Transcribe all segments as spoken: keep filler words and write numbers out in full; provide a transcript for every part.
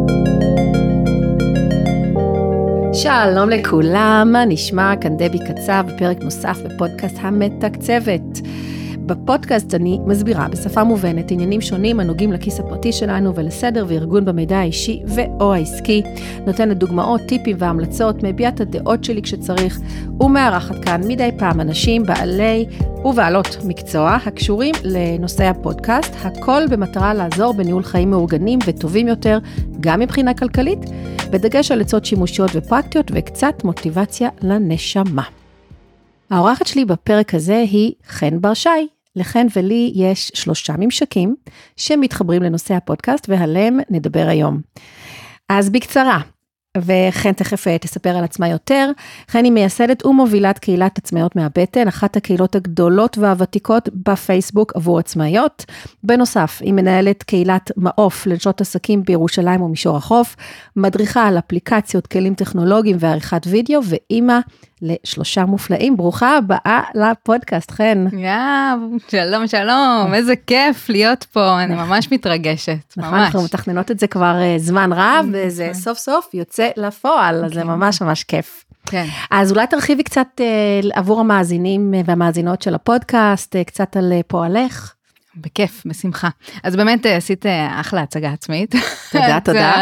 שלום לכולם, מה נשמע? כאן דבי קצב בפרק נוסף בפודקאסט המתקצבת. בפודקאסט אני מסבירה בשפה מובנת עניינים שונים הנוגעים לכיס הפרטי שלנו ולסדר וארגון במידע האישי ואו העסקי. נותנת דוגמאות, טיפים והמלצות, מביעה את הדעות שלי כשצריך, ומארחת כאן מדי פעם אנשים בעלי ובעלות מקצוע הקשורים לנושא הפודקאסט, הכל במטרה לעזור בניהול חיים מאורגנים וטובים יותר, גם מבחינה כלכלית, בדגש על עצות שימושיות ופרקטיות וקצת מוטיבציה לנשמה. האורחת שלי בפרק הזה היא חן בר שי. לחן ולי יש שלושה ממשקים שמתחברים לנושא הפודקאסט ועליהם נדבר היום. אז בקצרה, וחן תכף תספר על עצמה יותר, חן היא מייסדת ומובילת קהילת עצמאיות מהבטן, אחת הקהילות הגדולות והוותיקות בפייסבוק עבור עצמאיות. בנוסף, היא מנהלת קהילת מעוף לנשות עסקים בירושלים ומישור החוף, מדריכה על אפליקציות, כלים טכנולוגיים ועריכת וידאו, ואימא לשלושה מופלאים. ברוכה הבאה לפודקאסט, חן. יאו, שלום שלום, איזה כיף להיות פה, אני ממש מתרגשת, נכון, ממש. אנחנו מתכננות את זה כבר זמן רב, וזה סוף סוף יוצא לפועל, אז זה ממש ממש כיף. כן. אז אולי תרחיבי קצת עבור המאזינים והמאזינות של הפודקאסט, קצת על פועלך. בכיף, בשמחה. אז באמת עשית אחלה הצגה עצמאית. תודה, תודה.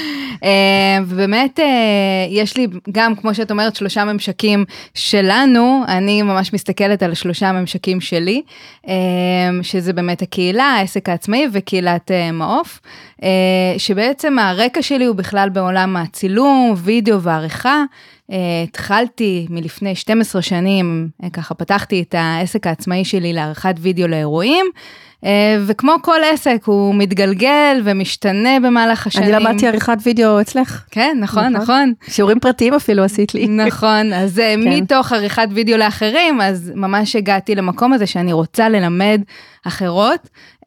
ובאמת יש לי גם, כמו שאת אומרת, שלושה ממשקים שלנו, אני ממש מסתכלת על שלושה הממשקים שלי, שזה באמת הקהילה, העסק העצמאי וקהילת מעוף, שבעצם הרקע שלי הוא בכלל בעולם הצילום, וידאו ועריכה, התחלתי מלפני שתים עשרה שנים, ככה פתחתי את העסק העצמאי שלי לעריכת וידאו לאירועים, וכמו כל עסק הוא מתגלגל ומשתנה במהלך השנים. אני למדתי עריכת וידאו אצלך. כן, נכון, נכון. שיעורים פרטיים אפילו עשית לי. נכון, אז מתוך עריכת וידאו לאחרים, אז ממש הגעתי למקום הזה שאני רוצה ללמד אחרות,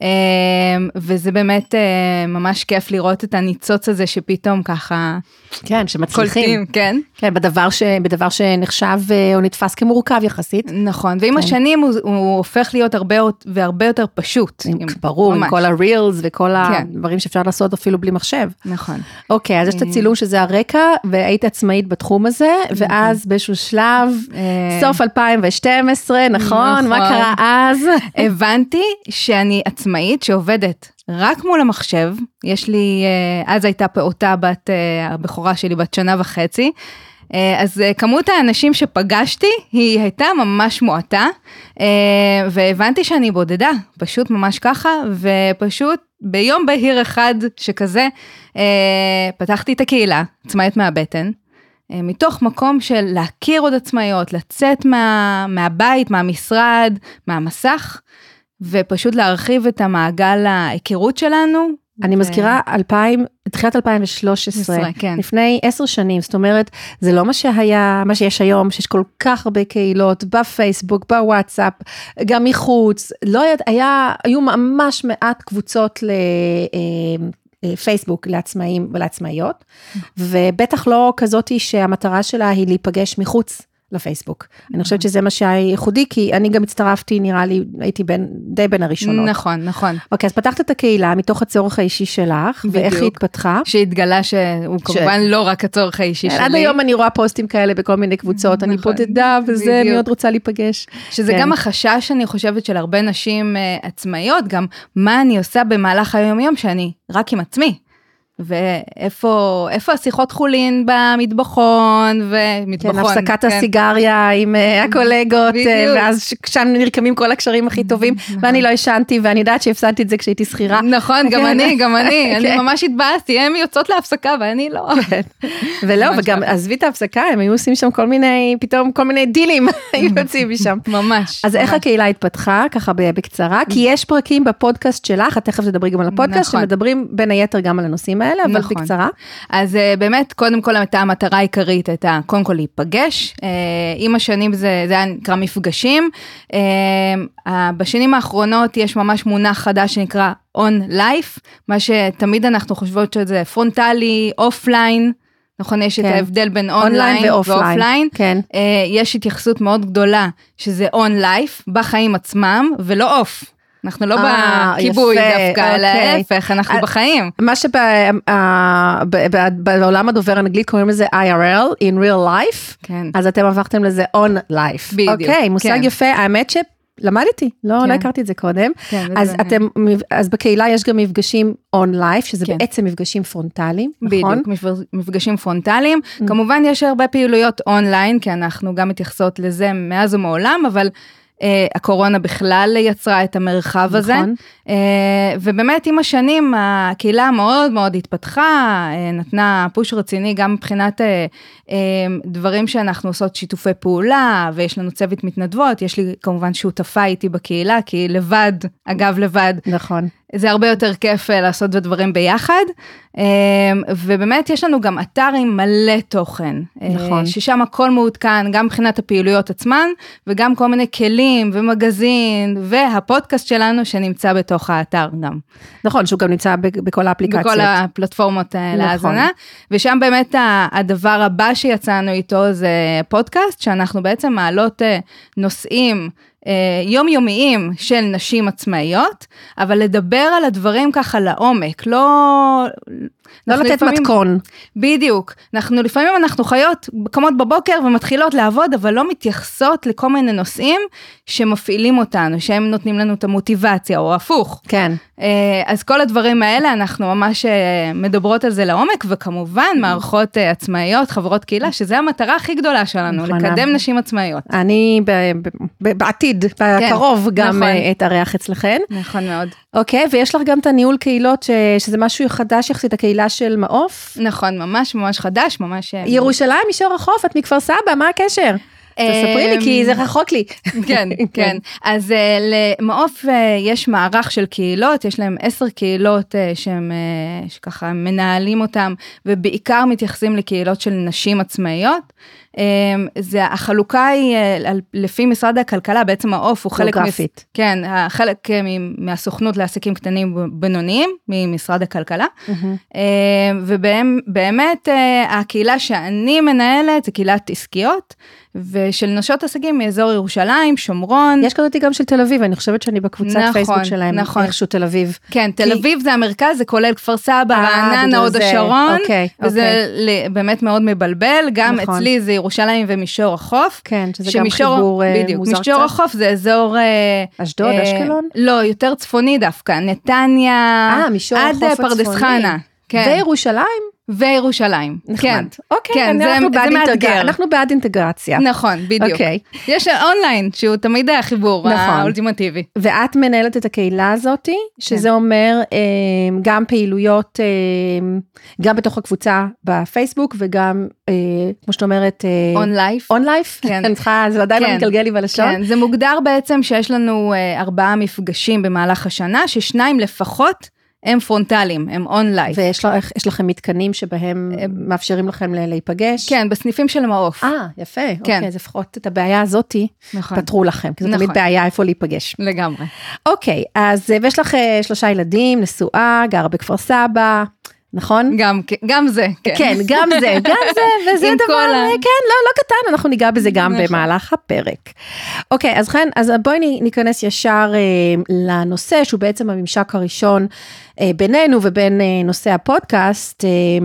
וזה באמת ממש כיף לראות את הניצוץ הזה שפתאום ככה כן, שמצליחים. כן. כן, בדבר ש, בדבר שנחשב או נתפס כמורכב יחסית. נכון, ועם השנים הוא, הוא הופך להיות הרבה והרבה יותר פשוט. ברור, עם כל הרילס וכל הדברים שאפשר לעשות אפילו בלי מחשב. נכון. אוקיי, אז יש את הצילום שזה הרקע, והיית עצמאית בתחום הזה, ואז באיזשהו שלב, סוף אלפיים ושתים עשרה, נכון? מה קרה אז? הבנתי שאני עצמאית שעובדת רק מול המחשב, יש לי, אז הייתה פעוטה בת, הבכורה שלי בת שנה וחצי, אז כמות האנשים שפגשתי היא הייתה ממש מועטה, והבנתי שאני בודדה, פשוט ממש ככה, ופשוט ביום בהיר אחד שכזה, פתחתי את הקהילה, עצמאית מהבטן, מתוך מקום של להכיר עוד עצמאיות, לצאת מה, מהבית, מהמשרד, מהמסך, ופשוט להרחיב את המעגל ההיכרות שלנו. אני מזכירה אלפיים, תחילת אלפיים ושלוש עשרה, כן. לפני עשר שנים, זאת אומרת, זה לא מה שהיה, מה שיש היום, שיש כל כך הרבה קהילות, בפייסבוק, בוואטסאפ, גם מחוץ, לא היה, היה, היו ממש מעט קבוצות ל... פייסבוק לעצמאים ולעצמאיות, ובטח לא כזאת שהמטרה שלה היא להיפגש מחוץ לפייסבוק. אני חושבת שזה מה שהיה ייחודי, כי אני גם הצטרפתי, נראה לי, הייתי בין, די בין הראשונות. נכון, נכון. אוקיי, אז פתחת את הקהילה מתוך הצורך האישי שלך, ואיך היא התפתחה? שהתגלה שהוא כמובן לא רק הצורך האישי שלי. עד היום אני רואה פוסטים כאלה בכל מיני קבוצות, אני בודדה, וזה מאוד רוצה להיפגש. שזה גם החשש, אני חושבת, של הרבה נשים עצמאיות, גם מה אני עושה במהלך היום-יום, שאני רק עם עצמי. ואיפה, איפה השיחות חולין במטבחון, ומטבחון. כן, הפסקת הסיגריה עם הקולגות, ואז שם נרקמים כל הקשרים הכי טובים, ואני לא ישנתי, ואני יודעת שהפסדתי את זה כשהייתי שכירה. נכון, גם אני, גם אני, אני ממש התבאסתי, הם יוצאות להפסקה, ואני לא. ולא, וגם עזבי את ההפסקה, הם היו עושים שם כל מיני, פתאום כל מיני דילים, היו יוצאים משם. ממש. אז איך הקהילה התפתחה, ככה בקצרה, כי יש פרקים בפודקאסט שלך, את תכף תדברי גם על הפודקאסט, שמדברים בין היתר גם על הנושאים האלה, אבל נכון. בקצרה. אז באמת, קודם כל, הייתה המטרה העיקרית, הייתה קודם כל להיפגש, עם השנים זה, זה היה נקרא מפגשים, בשנים האחרונות יש ממש מונח חדש שנקרא on life, מה שתמיד אנחנו חושבות שזה פרונטלי, אופליין, נכון, יש כן. את ההבדל בין אונליין ואופליין, כן. יש התייחסות מאוד גדולה, שזה on life, בחיים עצמם, ולא אוף. אנחנו לא בכיבוי דווקא, אלא ההפך, אנחנו בחיים. מה שבעולם הדובר האנגלית קוראים לזה I R L, in real life, אז אתם עברתם לזה on life. בדיוק. אוקיי, מושג יפה, האמת ש... למדתי, לא, לא הכרתי את זה קודם. אז אתם, אז בקהילה יש גם מפגשים און-לייף, שזה בעצם מפגשים פרונטליים, נכון? בדיוק, מפגשים פרונטליים. כמובן יש הרבה פעילויות אונליין, כי אנחנו גם מתייחסות לזה מאז ומעולם, אבל הקורונה בכלל יצרה את המרחב הזה. ובאמת עם השנים הקהילה מאוד מאוד התפתחה, נתנה פוש רציני גם מבחינת דברים שאנחנו עושות שיתופי פעולה, ויש לנו צוות מתנדבות, יש לי כמובן שותפה איתי בקהילה, כי לבד, אגב לבד, נכון. זה הרבה יותר כיף לעשות דברים ביחד, ובאמת יש לנו גם אתר עם מלא תוכן, נכון. ששם הכל מעודכן, גם מבחינת הפעילויות עצמן, וגם כל מיני כלים ומגזין, והפודקאסט שלנו שנמצא בתוך האתר גם. נכון, שהוא גם נמצא בכל האפליקציות. בכל הפלטפורמות להאזנה, ושם באמת הדבר הבא שיצאנו איתו זה פודקאסט, שאנחנו בעצם מעלות נושאים, יומיומיים של נשים עצמאיות, אבל לדבר על הדברים ככה לעומק, לא... לא לתת לפעמים, מתכון. בדיוק. אנחנו, לפעמים אנחנו חיות, קמות בבוקר ומתחילות לעבוד, אבל לא מתייחסות לכל מיני נושאים שמפעילים אותנו, שהם נותנים לנו את המוטיבציה, או הפוך. כן. אז כל הדברים האלה, אנחנו ממש מדברות על זה לעומק, וכמובן מערכות עצמאיות, חברות קהילה, שזה המטרה הכי גדולה שלנו, לקדם נשים עצמאיות. אני בעתיד, בקרוב, גם אתארח אצלכן. נכון מאוד. אוקיי, ויש לך גם את הניהול קהילות, שזה משהו חדש יחסית, הקהילה של מעוף. נכון, ממש ממש חדש, ממש... ירושלים, מישור החוף, את מכפר סבא, מה הקשר? תספרי לי, כי זה רחוק לי. כן, כן. אז למעוף יש מערך של קהילות, יש להם עשר קהילות שהם, שככה מנהלים אותם, ובעיקר מתייחסים לקהילות של נשים עצמאיות. זה, החלוקה היא, לפי משרד הכלכלה, בעצם העוף הוא חלק... גאוגרפית. כן, חלק מהסוכנות לעסקים קטנים בינוניים, ממשרד הכלכלה. ובאמת, הקהילה שאני מנהלת, זה קהילת עסקיות, ושל נשות עסקים מאזור ירושלים, שומרון. יש כזאתי גם של תל אביב, אני חושבת שאני בקבוצת נכון, פייסבוק שלהם, נכון. איכשהו תל אביב. כן, תל כי... אביב זה המרכז, זה כולל כפר סבא, רעננה, הוד השרון, אוקיי, וזה אוקיי. באמת מאוד מבלבל, גם נכון. אצלי זה ירושלים ומישור החוף. כן, שזה שמישור, גם חיבור בדיוק, מוזר מישור קצת. החוף זה אזור... אשדוד, אה, אשקלון? לא, יותר צפוני דווקא, נתניה, אה, מישור החוף עד פרדס חנה. כן. וירושלים? וירושלים. נחמד. כן. אוקיי, כן, זה, זה, זה מאתגר. אנחנו בעד אינטגרציה. נכון, בדיוק. אוקיי. יש אונליין, שהוא תמיד החיבור נכון. האולטימטיבי. ואת מנהלת את הקהילה הזאת, שזה כן. אומר גם פעילויות, גם בתוך הקבוצה בפייסבוק, וגם, כמו שאת אומרת, און-לייף. און-לייף? כן. אני צריכה, זה עדיין כן. לא מתגלגל לי בלשון. כן, זה מוגדר בעצם שיש לנו ארבעה מפגשים במהלך השנה, ששניים לפחות, הם פרונטליים, הם און-לייף. ויש לכם מתקנים שבהם מאפשרים לכם להיפגש? כן, בסניפים של מעוף. אה, יפה. אוקיי, אז לפחות את הבעיה הזאת פתרו לכם, כי זו תמיד בעיה איפה להיפגש. לגמרי. אוקיי, אז ויש לך שלושה ילדים, נשואה, גרה בכפר סבא, נכון? גם, גם זה, כן. כן, גם זה, גם זה, וזה דבר, כן, לא, לא קטן, אנחנו ניגע בזה גם במהלך הפרק. אוקיי, אז כן, אז בואי ניכנס ישר לנושא, שהוא בעצם הממשק הראשון בינינו ובין נושא הפודקאסט,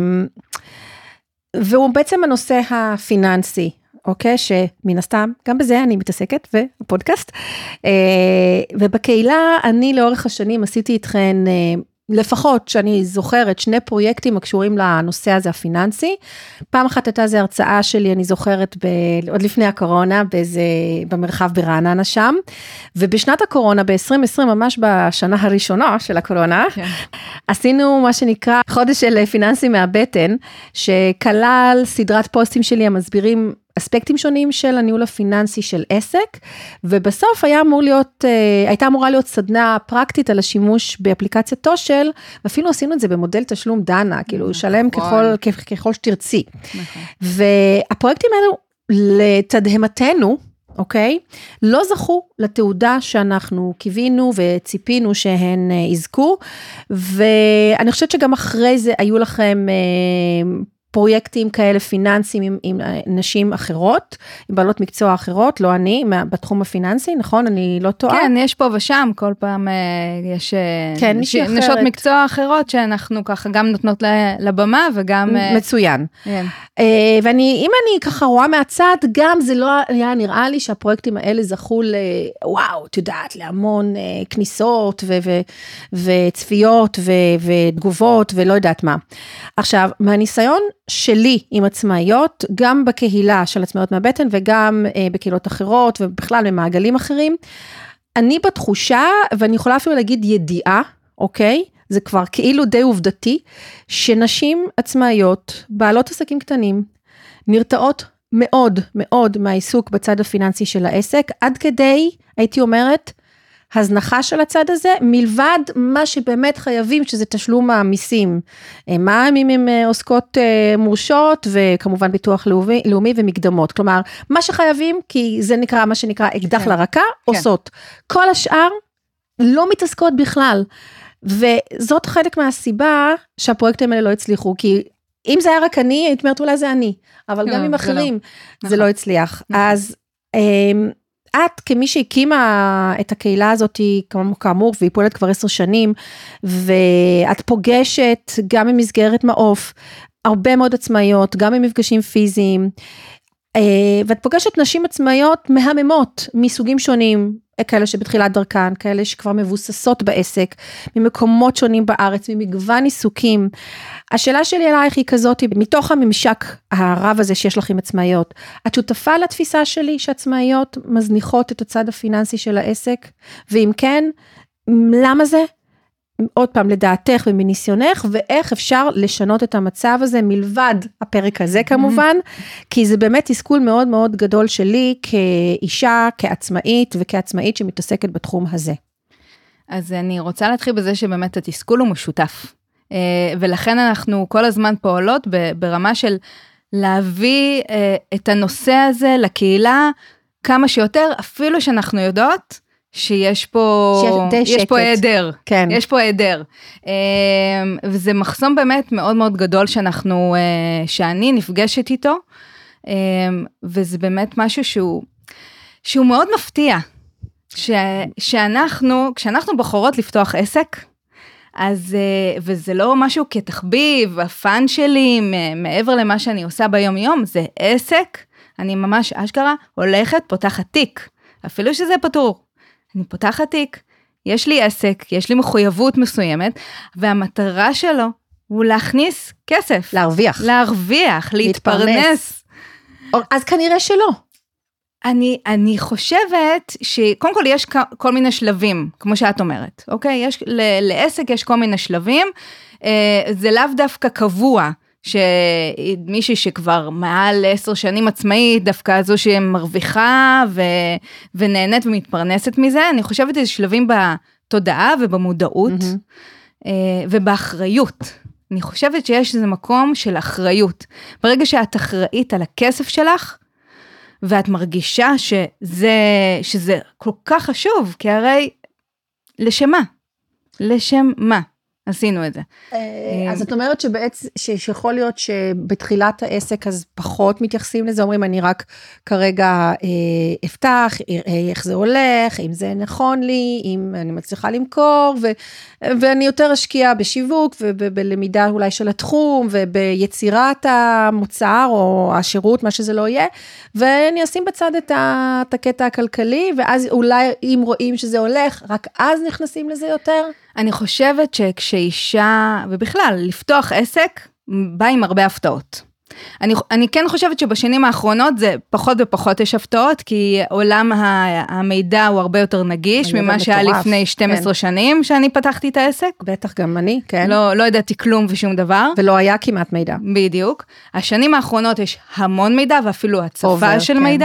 והוא בעצם הנושא הפיננסי, אוקיי, שמן הסתם, גם בזה אני מתעסקת, והפודקאסט, ובקהילה אני לאורך השנים עשיתי איתכן, לפחות שאני זוכרת שני פרויקטים הקשורים לנושא הזה הפיננסי, פעם אחת הייתה זו הרצאה שלי, אני זוכרת ב, עוד לפני הקורונה, באיזה, במרחב ברעננה שם, ובשנת הקורונה, ב-עשרים עשרים, ממש בשנה הראשונה של הקורונה, כן. עשינו מה שנקרא חודש של פיננסי מהבטן, שכלל סדרת פוסטים שלי המסבירים, אספקטים שונים של הניהול הפיננסי של עסק, ובסוף היה אמור להיות, הייתה אמורה להיות סדנה פרקטית על השימוש באפליקציית טושל, ואפילו עשינו את זה במודל תשלום דנה, כאילו שלם ככל, ככל שתרצי. והפרויקטים האלו, לתדהמתנו, אוקיי? לא זכו לתעודה שאנחנו קיווינו וציפינו שהן יזכו, ואני חושבת שגם אחרי זה היו לכם פרויקטים כאלה פיננסיים עם, עם נשים אחרות, עם בעלות מקצוע אחרות, לא אני, בתחום הפיננסי, נכון? אני לא טועה. כן, יש פה ושם, כל פעם יש כן, נש, נשות מקצוע אחרות, שאנחנו ככה גם נותנות לבמה, וגם... מצוין. כן. ואני, אם אני ככה רואה מהצד, גם זה לא היה נראה לי שהפרויקטים האלה זכו ל... וואו, את יודעת, להמון כניסות ו- ו- וצפיות ו- ותגובות ולא יודעת מה. עכשיו, מהניסיון שלי עם עצמאיות, גם בקהילה של עצמאיות מהבטן וגם בקהילות אחרות ובכלל במעגלים אחרים, אני בתחושה, ואני יכולה אפילו להגיד ידיעה, אוקיי? זה כבר כאילו די עובדתי, שנשים עצמאיות, בעלות עסקים קטנים, נרתעות מאוד מאוד מהעיסוק בצד הפיננסי של העסק, עד כדי, הייתי אומרת, הזנחה של הצד הזה, מלבד מה שבאמת חייבים, שזה תשלום המיסים. מה אם הם עוסקות מורשות, וכמובן ביטוח לאומי, לאומי ומקדמות. כלומר, מה שחייבים, כי זה נקרא, מה שנקרא אקדח כן. לרקה, כן. עושות. כל השאר לא מתעסקות בכלל. וזאת חלק מהסיבה שהפרויקטים האלה לא הצליחו, כי אם זה היה רק אני, הייתי אומרת אולי זה אני, אבל גם עם אחרים זה לא הצליח. אז את כמי שהקימה את הקהילה הזאת, כאמור, והיא פועלת כבר עשר שנים, ואת פוגשת גם במסגרת מעוף, הרבה מאוד עצמאיות, גם במפגשים פיזיים, ואת פוגשת נשים עצמאיות מהממות, מסוגים שונים, כאלה שבתחילת דרכן, כאלה שכבר מבוססות בעסק, ממקומות שונים בארץ, ממגוון עיסוקים. השאלה שלי אלייך היא כזאת, מתוך הממשק הרב הזה שיש לך עם עצמאיות, את שותפה לתפיסה שלי שעצמאיות מזניחות את הצד הפיננסי של העסק, ואם כן, למה זה? עוד פעם, לדעתך ומניסיונך, ואיך אפשר לשנות את המצב הזה, מלבד הפרק הזה כמובן, כי זה באמת תסכול מאוד מאוד גדול שלי, כאישה, כעצמאית, וכעצמאית שמתעסקת בתחום הזה. אז אני רוצה להתחיל בזה שבאמת התסכול הוא משותף, ולכן אנחנו כל הזמן פועלות ברמה של להביא את הנושא הזה לקהילה, כמה שיותר, אפילו שאנחנו יודעות, שיש פה, יש פה היעדר, כן. יש פה היעדר, וזה מחסום באמת מאוד מאוד גדול שאנחנו, שאני נפגשת איתו, וזה באמת משהו שהוא, שהוא מאוד מפתיע, ש, שאנחנו, כשאנחנו בחורות לפתוח עסק, אז, וזה לא משהו כתחביב, הפן שלי, מעבר למה שאני עושה ביום יום, זה עסק, אני ממש אשכרה הולכת, פותחת תיק, אפילו שזה פתור. אני פותחת תיק, יש לי עסק, יש לי מחויבות מסוימת, והמטרה שלו הוא להכניס כסף. להרוויח. להרוויח, להתפרנס. אז כנראה שלא. אני, אני חושבת שקודם כל יש כל מיני שלבים, כמו שאת אומרת, אוקיי? יש, לעסק יש כל מיני שלבים, זה לאו דווקא קבוע, שמישהי שכבר מעל עשר שנים עצמאית, דווקא זו שמרוויחה ו... ונהנית ומתפרנסת מזה, אני חושבת איזה שלבים בתודעה ובמודעות, mm-hmm. ובאחריות. אני חושבת שיש איזה מקום של אחריות. ברגע שאת אחראית על הכסף שלך, ואת מרגישה שזה, שזה כל כך חשוב, כי הרי לשם מה? לשם מה? עשינו את זה. אז את אומרת שבעצם, שיכול להיות שבתחילת העסק אז פחות מתייחסים לזה, אומרים אני רק כרגע אפתח, איך זה הולך, אם זה נכון לי, אם אני מצליחה למכור, ואני יותר אשקיע בשיווק, ובלמידה אולי של התחום, וביצירת המוצר או השירות, מה שזה לא יהיה, ואני אשים בצד את הקטע הכלכלי, ואז אולי אם רואים שזה הולך, רק אז נכנסים לזה יותר? אני חושבת שכשאישה, ובכלל, לפתוח עסק, בא עם הרבה הפתעות. אני, אני כן חושבת שבשנים האחרונות זה פחות ופחות יש הפתעות, כי עולם המידע הוא הרבה יותר נגיש, ממה שהיה לפני שתים עשרה כן. שנים שאני פתחתי את העסק. בטח גם אני, כן. לא, לא ידעתי כלום ושום דבר. ולא היה כמעט מידע. בדיוק. השנים האחרונות יש המון מידע, ואפילו הצפה של כן. מידע.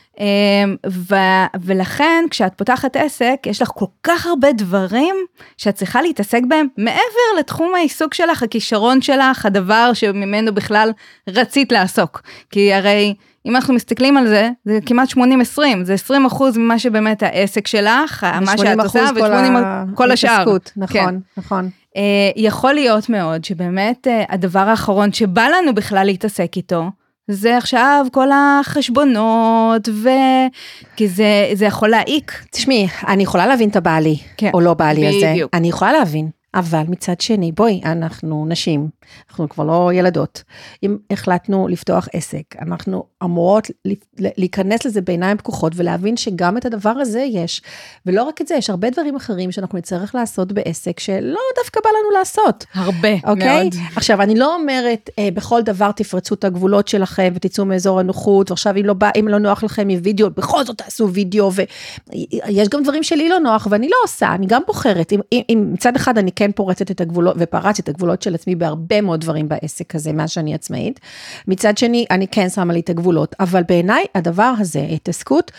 ו, ולכן כשאת פותחת עסק, יש לך כל כך הרבה דברים שאת צריכה להתעסק בהם, מעבר לתחום העיסוק שלך, הכישרון שלך, הדבר שממנו בכלל רצית לעסוק. כי הרי אם אנחנו מסתכלים על זה, זה כמעט שמונים עשרים, זה עשרים אחוז ממה שבאמת העסק שלך, מה שאת עושה, ו-שמונים אחוז כל השאר. נכון, כן. נכון. יכול להיות מאוד שבאמת הדבר האחרון שבא לנו בכלל להתעסק איתו, זה עכשיו כל החשבונות, ו... כי זה, זה יכול להעיק. תשמעי, אני יכולה להבין את הבעלי, כן. או לא בעלי הזה. בדיוק. אני יכולה להבין. אבל מצד שני, בואי, אנחנו נשים, אנחנו כבר לא ילדות, אם החלטנו לפתוח עסק, אנחנו אמורות להיכנס לזה בעיניים פקוחות, ולהבין שגם את הדבר הזה יש, ולא רק את זה, יש הרבה דברים אחרים שאנחנו נצטרך לעשות בעסק, שלא דווקא בא לנו לעשות. הרבה, אוקיי? מאוד. עכשיו, אני לא אומרת, אה, בכל דבר תפרצו את הגבולות שלכם, ותצאו מאזור הנוחות, ועכשיו אם לא, בא, אם לא נוח לכם מווידאו, בכל זאת תעשו וידאו, ויש גם דברים שלי לא נוח, ואני לא עושה, אני גם בוחרת, אם, אם, אם מצד אחד אני כן פורצת את הגבולות, ופרצתי את הגבולות של עצמי בהרבה מאוד דברים בעסק הזה, מה שאני עצמאית. מצד שני, אני כן שמה לי את הגבולות, אבל בעיניי הדבר הזה, התעסקות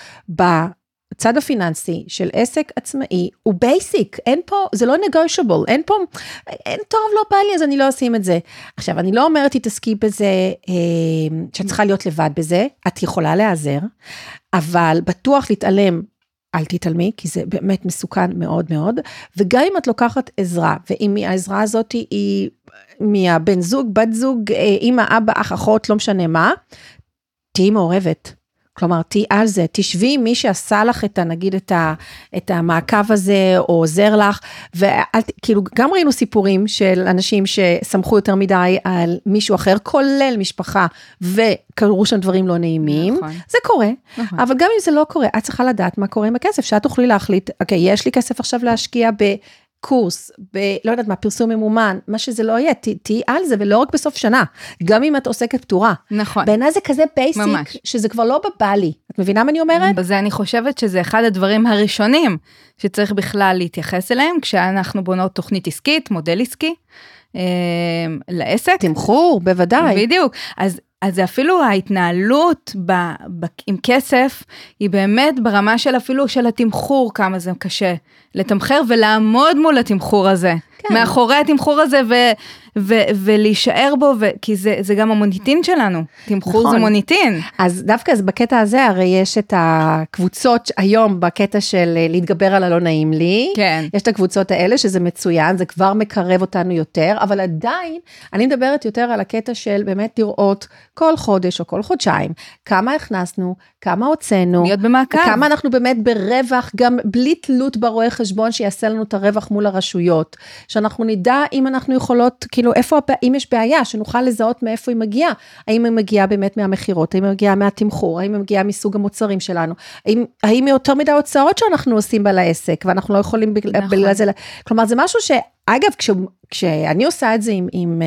בצד הפיננסי של עסק עצמאי, הוא בייסיק, אין פה, זה לא negotiable, אין פה, אין טוב, לא בא לי, אז אני לא עושים את זה. עכשיו, אני לא אומרת, תתעסקי בזה, שאת צריכה להיות לבד בזה, את יכולה להיעזר, אבל בטוח להתעלם, אל תתעלמי, כי זה באמת מסוכן מאוד מאוד, וגם אם את לוקחת עזרה, ואם העזרה הזאת היא מהבן זוג, בת זוג, אמא, אבא, אח, אחות, לא משנה מה, תהי מעורבת. כלומר, תהי על זה, תשבי מי שעשה לך את, נגיד, את, ה, את המעקב הזה, או עוזר לך, וכאילו, גם ראינו סיפורים של אנשים שסמכו יותר מדי על מישהו אחר, כולל משפחה, וקראו שם דברים לא נעימים, נכון. זה קורה, נכון. אבל גם אם זה לא קורה, את צריכה לדעת מה קורה עם הכסף, שאת תוכלי להחליט, אוקיי, יש לי כסף עכשיו להשקיע ב... קורס, ב, לא יודעת מה, פרסום ממומן, מה שזה לא יהיה, תהי על זה, ולא רק בסוף שנה, גם אם את עוסקת פתורה. נכון. בעיניי זה כזה בייסיק, ממש. שזה כבר לא בבא לי. את מבינה מה אני אומרת? בזה אני חושבת שזה אחד הדברים הראשונים, שצריך בכלל להתייחס אליהם, כשאנחנו בונות תוכנית עסקית, מודל עסקי, אה, לעסק. תמחור, בוודאי. בדיוק. אז, אז אפילו ההתנהלות ב, ב, עם כסף, היא באמת ברמה של אפילו של התמחור, כמה זה קשה לתמחר, ולעמוד מול התמחור הזה, כן. מאחורי התמחור הזה, ו, ו, ולהישאר בו, ו, כי זה, זה גם המוניטין שלנו, תמחור נכון. זה מוניטין. אז דווקא אז בקטע הזה, הרי יש את הקבוצות היום, בקטע של להתגבר על הלא נעים לי, כן. יש את הקבוצות האלה, שזה מצוין, זה כבר מקרב אותנו יותר, אבל עדיין, אני מדברת יותר על הקטע של באמת לראות, כל חודש או כל חודשיים, כמה הכנסנו, כמה הוצאנו, להיות במעקב. כמה אנחנו באמת ברווח, גם בלי תלות ברואי חשבון, שיעשה לנו את הרווח מול הרשויות, שאנחנו נדע אם אנחנו יכולות, כאילו איפה, אם יש בעיה, שנוכל לזהות מאיפה היא מגיעה, האם היא מגיעה באמת מהמחירות, האם היא מגיעה מהתמחור, האם היא מגיעה מסוג המוצרים שלנו, האם, האם היא יותר מדי הוצאות שאנחנו עושים בה לעסק, ואנחנו לא יכולים בגלל, נכון. בגלל זה, כלומר זה משהו שאגב, כש, כשאני עושה את זה עם, עם,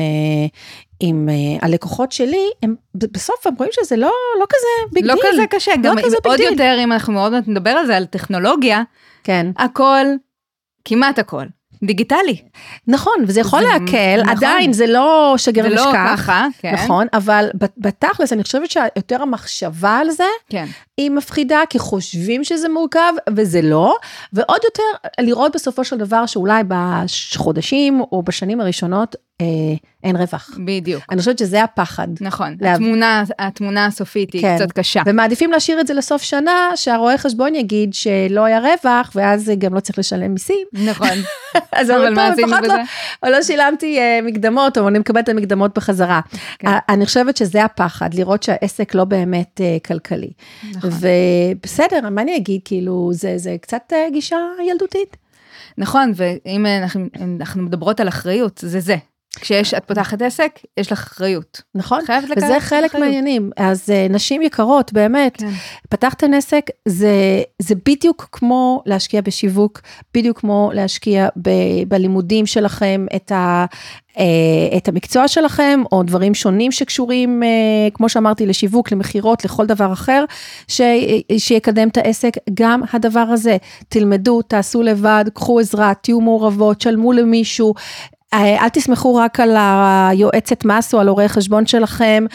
עם הלקוחות שלי, הם בסוף הם רואים שזה לא, לא כזה ביג לא דיל. לא כזה קשה, לא גם כזה עוד יותר, אם אנחנו מאוד נדבר על זה, על טכנולוגיה, כן. הכל, כמעט הכל. דיגיטלי. נכון, וזה יכול זה, להקל, נכון. עדיין זה לא שגר ונשכח, זה לא ככה, כן. נכון, אבל בתכלס אני חושבת שיותר המחשבה על זה, כן. היא מפחידה, כי חושבים שזה מורכב, וזה לא, ועוד יותר לראות בסופו של דבר, שאולי בחודשים או בשנים הראשונות, אה, אין רווח. בדיוק. אני חושבת שזה הפחד. נכון, להב... התמונה, התמונה הסופית היא כן. קצת קשה. ומעדיפים להשאיר את זה לסוף שנה, שהרואה חשבון יגיד שלא היה רווח, ואז גם לא צריך לשלם מיסים. נכון. אז אבל מה עשינו בזה? או לא שילמתי מקדמות, או אני מקבלת המקדמות בחזרה. כן. אני חושבת שזה הפחד, לראות שהעסק לא באמת כלכלי. נכון. ובסדר, מה אני אגיד, כאילו, זה, זה קצת גישה ילדותית. נכון, ואם אנחנו, אנחנו מדברות על אחריות, זה זה. כשיש, את פותחת עסק, יש לך אחריות. נכון, וזה חלק מעניינים. אז נשים יקרות, באמת, כן. פתחתן עסק, זה, זה בדיוק כמו להשקיע בשיווק, בדיוק כמו להשקיע ב, בלימודים שלכם, את ה... את המקצוע שלכם, או דברים שונים שקשורים, כמו שאמרתי, לשיווק, למחירות, לכל דבר אחר, ש... שיקדם את העסק, גם הדבר הזה, תלמדו, תעשו לבד, קחו עזרה, תהיו מעורבות, שלמו למישהו, אל תסמכו רק על היועצת מס או על עורך חשבון שלכם,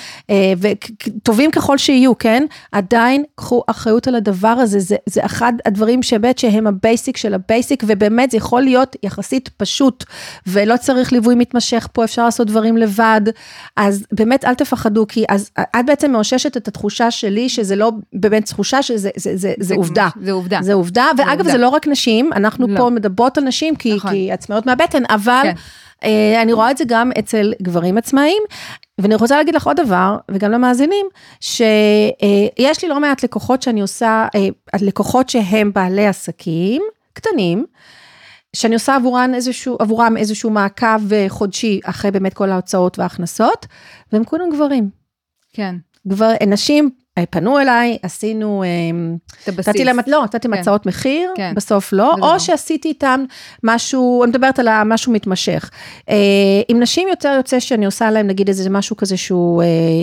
וטובים ככל שיהיו, כן? עדיין קחו אחריות על הדבר הזה, זה, זה אחד הדברים שבאמת שהם הבייסיק של הבייסיק, ובאמת זה יכול להיות יחסית פשוט, ולא צריך ליווי מתמשך פה, אפשר לעשות דברים לבד, אז באמת אל תפחדו, כי אז את בעצם מאוששת את התחושה שלי, שזה לא באמת תחושה, שזה זה, זה, זה עובדה. זה עובדה. זה עובדה, ואגב זה לא רק נשים, אנחנו פה מדברות על נשים, כי עצמאיות מהבטן, אבל... אני רואה את זה גם אצל גברים עצמאיים, ואני רוצה להגיד לך עוד דבר, וגם למאזינים, שיש לי לא מעט לקוחות שאני עושה, לקוחות שהם בעלי עסקים קטנים, שאני עושה עבורם איזשהו, עבורם איזשהו מעקב חודשי, אחרי באמת כל ההוצאות וההכנסות, והם כולם גברים. כן. גבר, נשים פנו אליי, עשינו, נתתי להם, לא, נתתי להם הצעות מחיר, בסוף לא, או שעשיתי איתם משהו, אני מדברת על משהו מתמשך. עם נשים יותר יוצא שאני עושה להם, נגיד איזה משהו כזה שהוא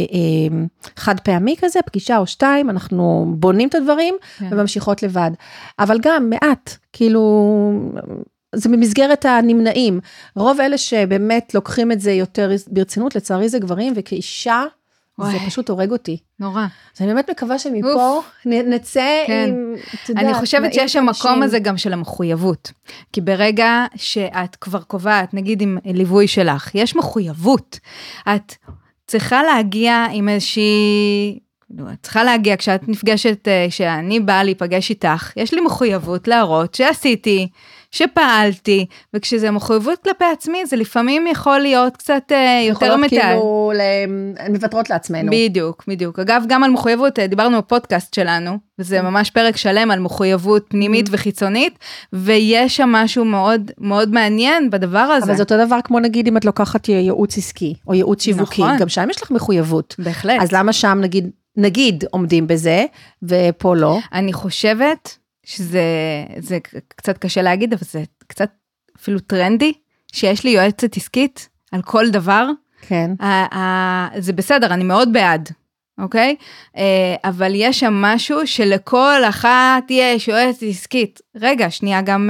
חד פעמי כזה, פגישה או שתיים, אנחנו בונים את הדברים, וממשיכות לבד. אבל גם מעט, כאילו, זה במסגרת הנמנעים. רוב אלה שבאמת לוקחים את זה יותר ברצינות, לצערי זה גברים, וכאישה, זה פשוט הורג אותי. נורא. אז אני באמת מקווה שמפה נצא עם, אני חושבת שיש המקום הזה גם של המחויבות. כי ברגע שאת כבר קובעת, נגיד עם ליווי שלך, יש מחויבות. את צריכה להגיע עם איזושהי, את צריכה להגיע כשאת נפגשת, שאני באה להיפגש איתך, יש לי מחויבות להראות שעשיתי, שפעלתי, וכשזה מחויבות כלפי עצמי, זה לפעמים יכול להיות קצת יותר מתאר. כאילו, מוותרות לעצמנו. בדיוק, בדיוק. אגב, גם על מחויבות, דיברנו בפודקאסט שלנו, וזה ממש פרק שלם על מחויבות פנימית וחיצונית, ויש שם משהו מאוד, מאוד מעניין בדבר הזה. אבל זה אותו דבר כמו נגיד, אם את לוקחת ייעוץ עסקי, או ייעוץ שיווקי, גם שם יש לך מחויבות. בהחלט. אז למה שם נגיד, נגיד עומדים בזה, ופה לא? אני חושבת שזה זה קצת קשה להגיד, אבל זה קצת אפילו טרנדי, שיש לי יועצת עסקית על כל דבר. כן. זה בסדר, אני מאוד בעד, אוקיי? אבל יש שם משהו שלכל אחת יש יועצת עסקית. רגע, שנייה גם,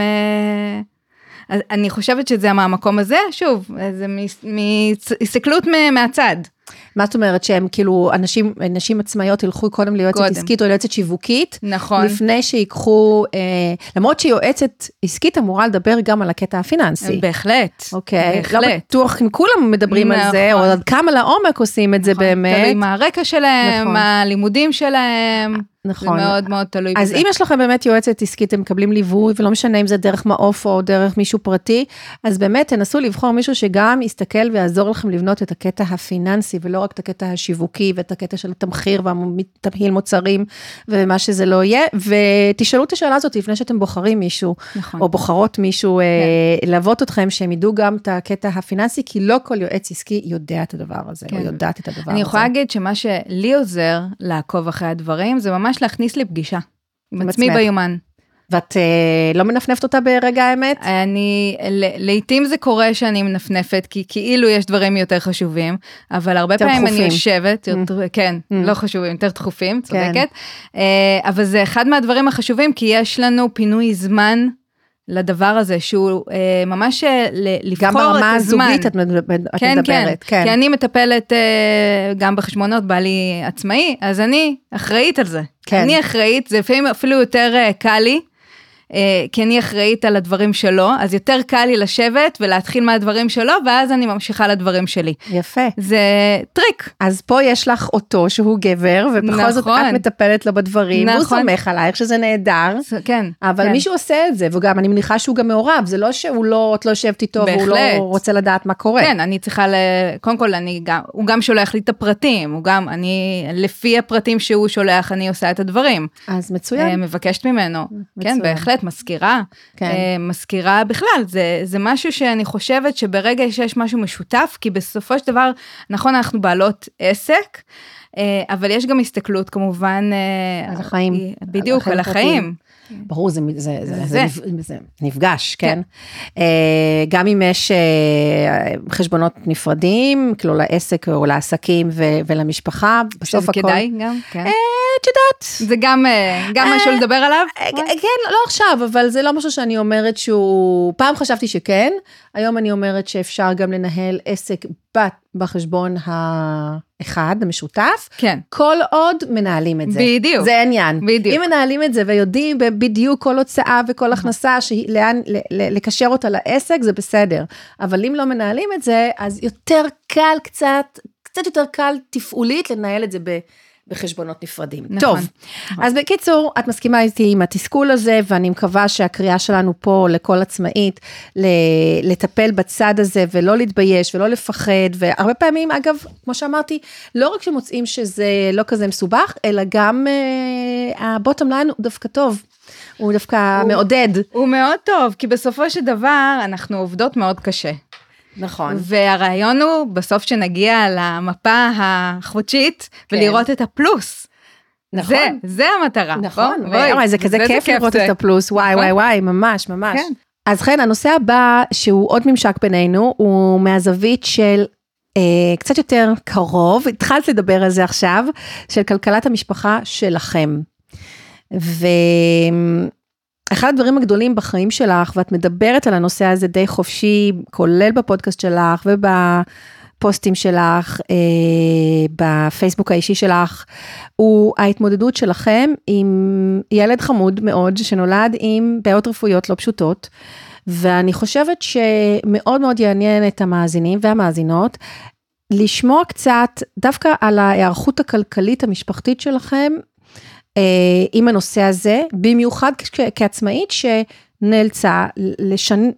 אני חושבת שזה מהמקום הזה, שוב, זה מסתכלות מהצד. מה זאת אומרת שהם כאילו, אנשים, אנשים עצמאיות ילכו קודם ליועצת קודם. עסקית או ליועצת שיווקית, נכון. לפני שיקחו, אה, למרות שיועצת עסקית אמורה לדבר גם על הקטע הפיננסי. בהחלט. אוקיי. בהחלט. לא בטוח אם כולם מדברים נכון. על זה, או עד כמה לעומק עושים את נכון. זה באמת. תלוי מה הרקע שלהם, נכון. מה הלימודים שלהם. נכון. זה מאוד מאוד תלוי אז בזה. אם יש לכם באמת יועצת עסקית, הם מקבלים ליווי, ולא משנה אם זה דרך מעוף או דרך מישהו פרטי, אז באמת תנסו לבחור מישהו שגם יסתכל ויעזור לכם לבנות את הקטע הפיננסי, ולא רק את הקטע השיווקי, ואת הקטע של התמחיר, והתמהיל מוצרים, ומה שזה לא יהיה, ותשאלו את השאלה הזאת, לפני שאתם בוחרים מישהו, נכון. או בוחרות מישהו, כן. לעבוד אתכם, שהם ידעו גם את הקטע הפיננסי, כי לא כל יועץ עסקי יודע את הדבר הזה, כן. או יודעת את הדבר אני הזה. יכולה להגיד שמה שלי עוזר לעקוב אחרי הדברים, זה ממש להכניס לי פגישה, עם עצמי ביומן. ואת לא מנפנפת אותה ברגע האמת? אני, לעתים זה קורה שאני מנפנפת, כי כאילו יש דברים יותר חשובים, אבל הרבה פעמים אני יושבת, כן, לא חשובים, יותר דחופים, צודקת, אבל זה אחד מהדברים החשובים, כי יש לנו פינוי זמן, לדבר הזה, שהוא אה, ממש לבחור את הזמן. גם ברמה הזוגית את מדברת, כן, כן, כן, כי אני מטפלת אה, גם בחשבונות בעלי עצמאי, אז אני אחראית על זה. כן. אני אחראית, זה לפעמים אפילו יותר אה, קל לי, כי אני אחראית על הדברים שלו, אז יותר קל לי לשבת ולהתחיל מהדברים שלו, ואז אני ממשיכה לדברים שלי. יפה. זה טריק. אז פה יש לך אותו שהוא גבר, ובכל נכון. זאת את מטפלת לו בדברים, נכון. והוא סומך עלייך שזה נהדר, כן. אבל כן. מישהו עושה את זה, וגם אני מניחה שהוא גם מעורב, זה לא שהוא לא, את לא יושבת איתו, בהחלט. והוא לא רוצה לדעת מה קורה. כן, אני צריכה, ל... קודם כל, אני גם, הוא גם שולח לי את הפרטים, הוא גם, אני, לפי הפרטים שהוא שולח, אני עושה את הדברים. אז מצוין. מבקשת ממנו. מצוין. כן, בהחלט. מזכירה, כן. מזכירה בכלל, זה, זה משהו שאני חושבת שברגע שיש משהו משותף, כי בסופו של דבר, נכון, אנחנו בעלות עסק, אבל יש גם הסתכלות כמובן, על החיים, בדיוק, על החיים. ברור, זה, זה, זה, זה, זה נפגש, כן? כן. גם אם יש חשבונות נפרדים, כאילו לעסק או לעסקים ולמשפחה, בסוף הכל. שזה כדאי גם, כן. את יודעת. זה גם, גם משהו לדבר עליו? כן, לא עכשיו, אבל זה לא משהו שאני אומרת שהוא, פעם חשבתי שכן, היום אני אומרת שאפשר גם לנהל עסק בחשבון האחד, המשותף, כן. כל עוד מנהלים את זה. בדיוק. זה העניין. בדיוק. אם מנהלים את זה ויודעים בדיוק כל הוצאה וכל הכנסה, לאן, לקשר אותה לעסק, זה בסדר. אבל אם לא מנהלים את זה, אז יותר קל קצת, קצת יותר קל תפעולית לנהל את זה ב... בחשבונות נפרדים. נכון. טוב, נכון. אז בקיצור, את מסכימה איתי עם התסכול הזה, ואני מקווה שהקריאה שלנו פה לכל עצמאית, לטפל בצד הזה, ולא להתבייש, ולא לפחד, והרבה פעמים, אגב, כמו שאמרתי, לא רק שמוצאים שזה לא כזה מסובך, אלא גם הבוטום ליין הוא דווקא טוב. הוא דווקא הוא, מעודד. הוא מאוד טוב, כי בסופו של דבר אנחנו עובדות מאוד קשה. נכון. והרעיון הוא בסוף שנגיע למפה החודשית, כן. ולראות את הפלוס. נכון. זה, זה המטרה. נכון. בוא, בואי, בואי, זה כזה כיף, כיף לראות זה. את הפלוס, וואי נכון. וואי וואי, ממש ממש. כן. אז כן, הנושא הבא, שהוא עוד ממשק בינינו, הוא מהזווית של אה, קצת יותר קרוב, התחלת לדבר על זה עכשיו, של כלכלת המשפחה שלכם. ואחד הדברים הגדולים בחיים שלך, ואת מדברת על הנושא הזה די חופשי, כולל בפודקאסט שלך ובפוסטים שלך, בפייסבוק האישי שלך, הוא ההתמודדות שלכם עם ילד חמוד מאוד, שנולד עם בעיות רפואיות לא פשוטות, ואני חושבת שמאוד מאוד יעניין את המאזינים והמאזינות, לשמוע קצת דווקא על ההיערכות הכלכלית המשפחתית שלכם, עם הנושא הזה, במיוחד כעצמאית שנאלצה לשנ...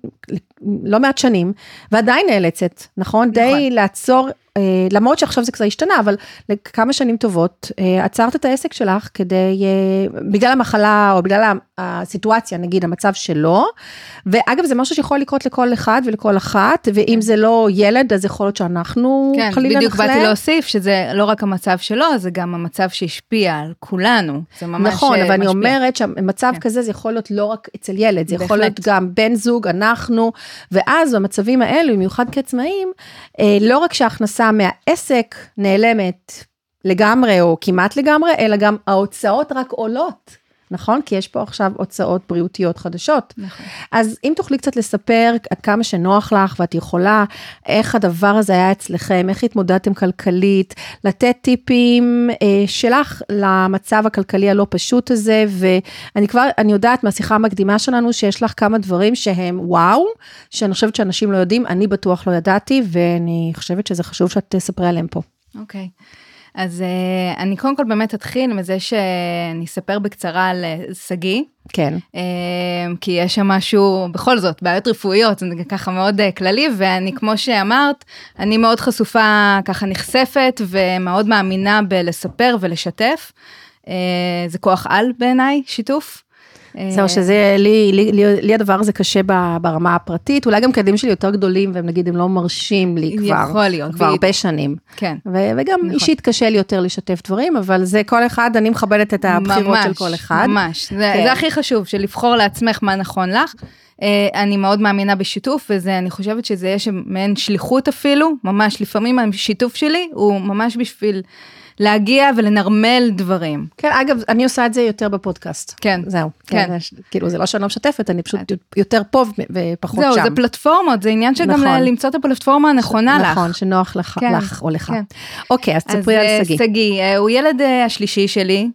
לא מעט שנים, ועדיין נאלצת, נכון? די לעצור, למרות שעכשיו זה קצת השתנה, אבל לכמה שנים טובות, עצרת את העסק שלך כדי, בגלל המחלה, או בגלל הסיטואציה, נגיד, המצב שלו, ואגב, זה משהו שיכול לקרות לכל אחד ולכל אחת, ואם זה לא ילד, אז יכול להיות שאנחנו כן, חלילה נחלה. כן, בדיוק באתי להוסיף, שזה לא רק המצב שלו, זה גם המצב שהשפיע על כולנו. זה ממש נכון, אבל אני אומרת שהמצב כן. כזה, זה יכול להיות לא רק אצל ילד, זה בהחלט. יכול להיות גם בן זוג, אנחנו, ואז במצבים האלו, במיוחד כעצמאים, לא רק שההכנסה מהעסק נעלמת לגמרי, או כמעט לגמרי, אלא גם ההוצאות רק עולות, נכון? כי יש פה עכשיו הוצאות בריאותיות חדשות. נכון. אז אם תוכלי קצת לספר עד כמה שנוח לך, ואת יכולה, איך הדבר הזה היה אצלכם, איך התמודדתם כלכלית, לתת טיפים אה, שלך למצב הכלכלי הלא פשוט הזה, ואני כבר, אני יודעת מהשיחה המקדימה שלנו, שיש לך כמה דברים שהם וואו, שאני חושבת שאנשים לא יודעים, אני בטוח לא ידעתי, ואני חושבת שזה חשוב שאת תספרי עליהם פה. אוקיי. אז uh, אני קודם כל באמת אתחיל מזה שאני אספר בקצרה על סגי. כן. Uh, כי יש שם משהו, בכל זאת, בעיות רפואיות, זה ככה מאוד uh, כללי, ואני כמו שאמרת, אני מאוד חשופה, ככה נחשפת, ומאוד מאמינה בלספר ולשתף. Uh, זה כוח על בעיניי, שיתוף. זהו, שזה, לי, לי, לי, לי הדבר הזה קשה ברמה הפרטית, אולי גם קדים שלי יותר גדולים, והם נגיד, הם לא מרשים לי כבר, יכול להיות, כבר הרבה שנים. כן. ו- וגם נכון. אישית קשה לי יותר לשתף דברים, אבל זה כל אחד, אני מכבדת את הבחירות ממש, של כל אחד. ממש, זה, כן. זה הכי חשוב, שלבחור לעצמך מה נכון לך. אני מאוד מאמינה בשיתוף, וזה, אני חושבת שזה יש מעין שליחות אפילו, ממש, לפעמים השיתוף שלי הוא ממש בשביל להגיע ולנרמל דברים. כן, אגב, אני עושה את זה יותר בפודקאסט. כן. זהו. כן. כאילו, זה לא שאני לא משתפת, אני פשוט יותר פה ופחות שם. זהו, זה פלטפורמות, זה עניין שגם למצוא את הפלטפורמה הנכונה לך. נכון, שנוח לך או לך. אוקיי, אז תספרי על סגי. אז סגי, הוא ילד השלישי שלי,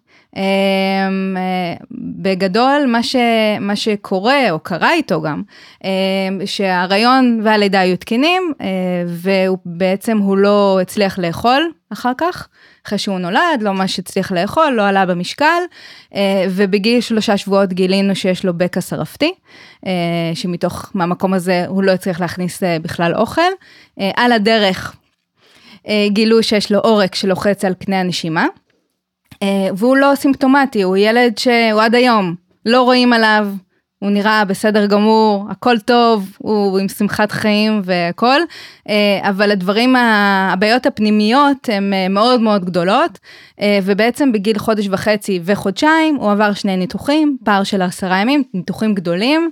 בגדול, מה, ש, מה שקורה, או קרה איתו גם, שהרעיון והלידה היו תקינים, ובעצם הוא לא הצליח לאכול אחר כך, אחרי שהוא נולד, לא ממש הצליח לאכול, לא עלה במשקל, ובגיל שלושה שבועות גילינו שיש לו בקע שרפתי, שמתוך מהמקום הזה הוא לא הצליח להכניס בכלל אוכל, על הדרך גילו שיש לו עורק שלוחץ על קנה הנשימה, והוא לא סימפטומטי, הוא ילד שהוא עד היום, לא רואים עליו, הוא נראה בסדר גמור, הכל טוב, הוא עם שמחת חיים והכל, אבל הדברים, הבעיות הפנימיות הן מאוד מאוד גדולות, ובעצם בגיל חודש וחצי וחודשיים, הוא עבר שני ניתוחים, פער של עשרה ימים, ניתוחים גדולים,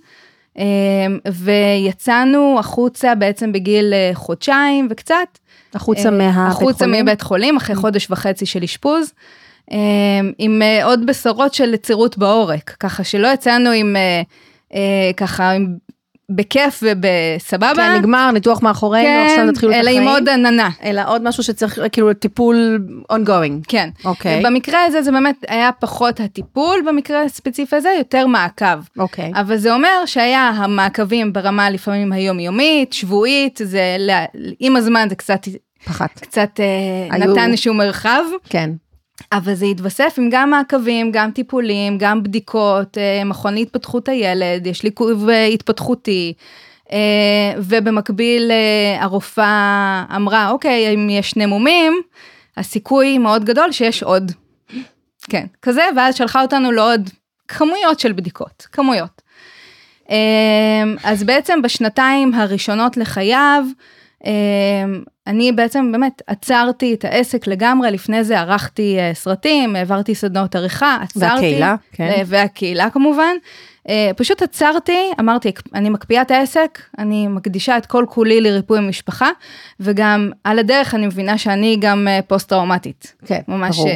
ויצאנו החוצה בעצם בגיל חודשיים וקצת, החוצה מהבית החוצה חולים? מבית חולים, אחרי חודש וחצי של אשפוז, עם עוד בשורות של יצירות בעורק, ככה שלא יצאנו עם, ככה, בכיף ובסבבה. כן, נגמר, ניתוח מאחורינו, כן, עכשיו נתחילו את החיים. אלא עם עוד עננה. אלא עוד משהו שצריך, כאילו, טיפול ongoing. כן. אוקיי. במקרה הזה, זה באמת היה פחות הטיפול, במקרה הספציפי הזה, יותר מעקב. אוקיי. אבל זה אומר שהיה המעקבים ברמה לפעמים היומיומית, שבועית, זה, עם הזמן זה קצת, פחת. קצת היו... נתן איזשהו מרחב. כן. אבל זה יתווסף עם גם מעקבים, גם טיפולים, גם בדיקות, מכון להתפתחות הילד, יש לי עיכוב התפתחותי, ובמקביל הרופאה אמרה, אוקיי, אם יש שני מומים, הסיכוי מאוד גדול שיש עוד. כן, כזה, ואז שלחה אותנו לעוד כמויות של בדיקות, כמויות. אז בעצם בשנתיים הראשונות לחייו, אני בעצם באמת עצרתי את העסק לגמרי, לפני זה ערכתי סרטים, העברתי סדנות עריכה, עצרתי. והקהילה, כן. והקהילה כמובן. פשוט עצרתי, אמרתי, אני מקפיאה את העסק, אני מקדישה את כל כולי לריפוי המשפחה, וגם על הדרך אני מבינה שאני גם פוסט-טראומטית. כן, ממש, ברור.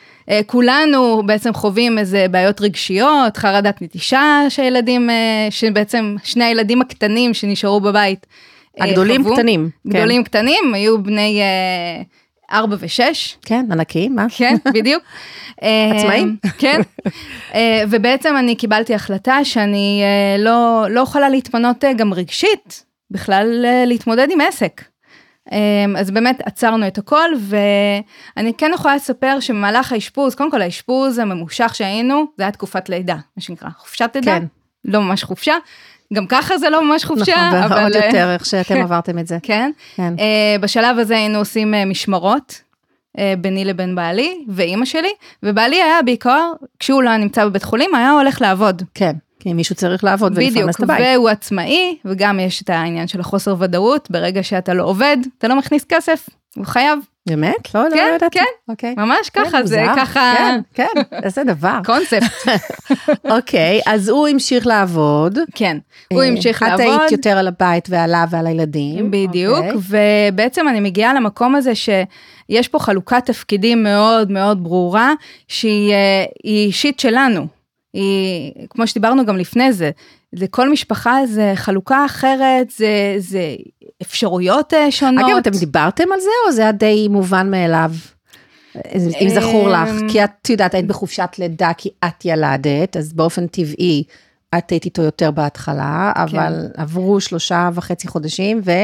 כולנו בעצם חווים איזה בעיות רגשיות, חרדת נטישה שהילדים, שבעצם שני הילדים הקטנים שנשארו בבית, הגדולים חוו, קטנים. גדולים כן. קטנים, היו בני ארבע ושש. כן, ענקיים, מה? כן, בדיוק. עצמאים. כן. ובעצם אני קיבלתי החלטה שאני לא, לא יכולה להתפנות גם רגשית, בכלל להתמודד עם עסק. אז באמת עצרנו את הכל, ואני כן יכולה לספר שבמהלך האשפוז, קודם כל האשפוז הממושך שהיינו, זה היה תקופת לידה, מה שנקרא, חופשת לידה, כן. לא ממש חופשה, גם ככה זה לא ממש חופשה. נכון, אבל... ועוד יותר איך שאתם עברתם את זה. כן. כן. בשלב הזה היינו עושים משמרות, ביני לבין בעלי ואימא שלי, ובעלי היה בעיקר, כשהוא לא נמצא בבית חולים, היה הולך לעבוד. כן, כי מישהו צריך לעבוד ולפרנס את הבית. בדיוק, והוא עצמאי, וגם יש את העניין של החוסר ודאות, ברגע שאתה לא עובד, אתה לא מכניס כסף, הוא חייב. באמת? לא, לא כן, ידעתי. כן, אוקיי. ממש ככה, זה ככה... כן, כן, איזה דבר. קונספט. אוקיי, אז הוא המשיך לעבוד. כן, הוא המשיך לעבוד. את היית יותר על הבית ועליו ועל הילדים. בדיוק, ובעצם אני מגיעה למקום הזה שיש פה חלוקת תפקידים מאוד מאוד ברורה, שהיא אישית שלנו. היא, כמו שדיברנו גם לפני זה, לכל משפחה זה חלוקה אחרת, זה, זה אפשרויות שונות. אגב, אתם דיברתם על זה, או זה היה די מובן מאליו? אם זכור לך, כי את יודעת, היית בחופשת לידה, כי את ילדת, אז באופן טבעי, את היית איתו יותר בהתחלה, אבל עברו שלושה וחצי חודשים, ו...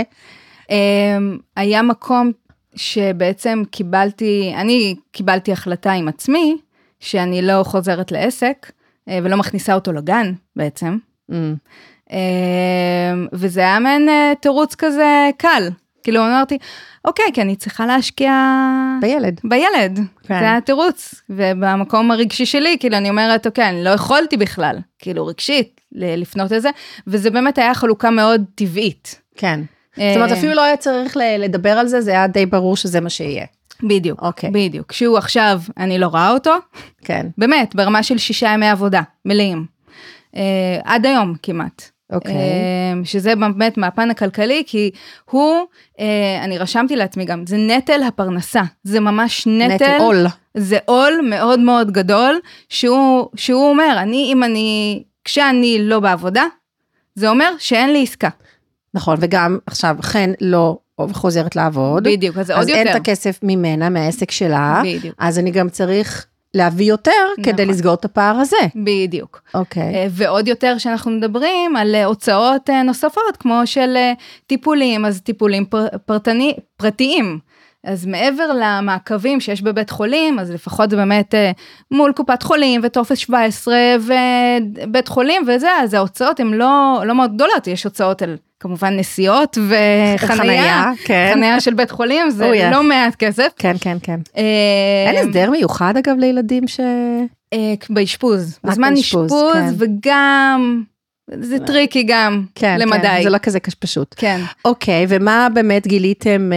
היה מקום שבעצם קיבלתי, אני קיבלתי החלטה עם עצמי, שאני לא חוזרת לעסק, ולא מכניסה אותו לגן בעצם. Mm. וזה היה מעין תירוץ כזה קל. כאילו אמרתי, אוקיי, כי אני צריכה להשקיע... בילד. בילד. כן. זה היה תירוץ. ובמקום הרגשי שלי, כאילו אני אומרת, אוקיי, אני לא יכולתי בכלל, כאילו רגשית, לפנות לזה, וזה באמת היה חלוקה מאוד טבעית. כן. זאת אומרת, אפילו לא היה צריך לדבר על זה, זה היה די ברור שזה מה שיהיה. בדיוק, okay. בדיוק. כשהוא עכשיו, אני לא רואה אותו, כן. באמת, ברמה של שישה ימי עבודה, מלאים. אה, עד היום כמעט. אוקיי. אה, שזה באמת מהפן הכלכלי, כי הוא, אה, אני רשמתי לעצמי גם, זה נטל הפרנסה. זה ממש נטל. נטל עול. זה עול מאוד מאוד גדול, שהוא, שהוא אומר, אני, אם אני, כשאני לא בעבודה, זה אומר שאין לי עסקה. נכון, וגם עכשיו, חן לא... וחוזרת לעבוד. בדיוק, אז זה עוד יותר. אז אין את הכסף ממנה, מהעסק שלה. בדיוק. אז אני גם צריך להביא יותר, נכון. כדי לסגור את הפער הזה. בדיוק. אוקיי. ועוד יותר שאנחנו מדברים על הוצאות נוספות, כמו של טיפולים, אז טיפולים פרטני, פרטיים. אז מעבר למעקבים שיש בבית חולים, אז לפחות זה באמת מול קופת חולים וטופס שבע עשרה ובית חולים וזה, אז ההוצאות הן לא, לא מאוד גדולות, יש הוצאות על כמובן נסיעות וחנייה, כן. חנייה של בית חולים, זה oh, yeah. לא מעט כסף. כן, כן, כן. אין הסדר מיוחד אגב לילדים ש... באשפוז, בזמן אשפוז, כן. וגם... זה טריקי גם כן, למדי. כן, זה לא כזה פשוט. כן. אוקיי, ומה באמת גיליתם...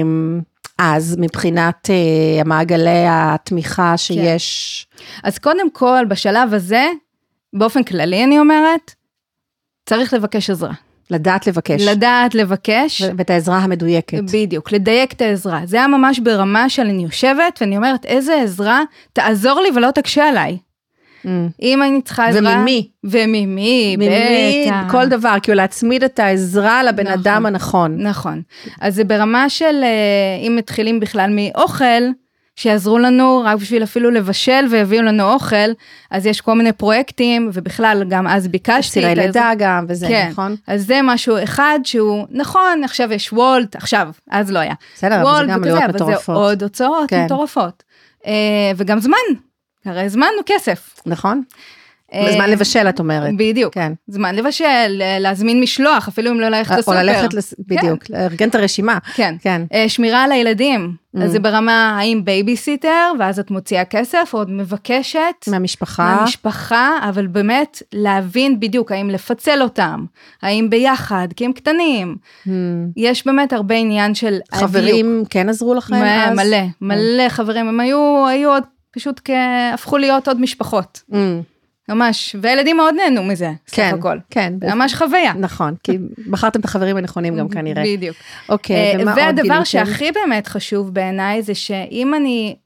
אז מבחינת uh, המעגלי התמיכה שיש... כן. אז קודם כל, בשלב הזה, באופן כללי אני אומרת, צריך לבקש עזרה. לדעת לבקש. לדעת לבקש. ו- ואת העזרה המדויקת. בדיוק, לדייק את העזרה. זה היה ממש ברמה של אני יושבת, ואני אומרת, איזה עזרה, תעזור לי ולא תקשה עליי. Mm. אם אני צריכה עזרה... וממי? וממי, ממי, בטח. כל דבר, כאילו להצמיד את העזרה לבן נכון, אדם הנכון. נכון. אז זה ברמה של, אם מתחילים בכלל מאוכל, שיעזרו לנו רק בשביל אפילו לבשל ויביאו לנו אוכל, אז יש כל מיני פרויקטים, ובכלל גם אז ביקשתי. סירי לידה גם, וזה כן. נכון. אז זה משהו אחד שהוא, נכון, עכשיו יש וולט, עכשיו, אז לא היה. בסדר, אבל זה גם להיות מטורפות. אבל זה עוד הוצאות כן. מטורפות. וגם זמן, הרי זמן הוא כסף. נכון. זמן לבשל, את אומרת. בדיוק. כן. זמן לבשל, להזמין משלוח, אפילו אם לא ללכת לסופר. או ללכת, בדיוק, לארגן את הרשימה. כן. כן. שמירה על הילדים. אז זה ברמה, האם בייביסיטר, ואז את מוציאה כסף, או את מבקשת. מהמשפחה. מהמשפחה, אבל באמת להבין בדיוק, האם לפצל אותם, האם ביחד, כי הם קטנים. יש באמת הרבה עניין של... חברים כן עזרו לכם אז? מלא, מלא חברים. הם היו, היו עוד, פשוט הפכו להיות עוד משפחות. ממש, והילדים מאוד נהנו מזה, סך הכל. כן, כן. ממש חוויה. נכון, כי בחרתם את החברים הנכונים גם כנראה. בדיוק. אוקיי, ומה עוד גיליתם? והדבר שהכי באמת חשוב בעיניי, זה שאם אני,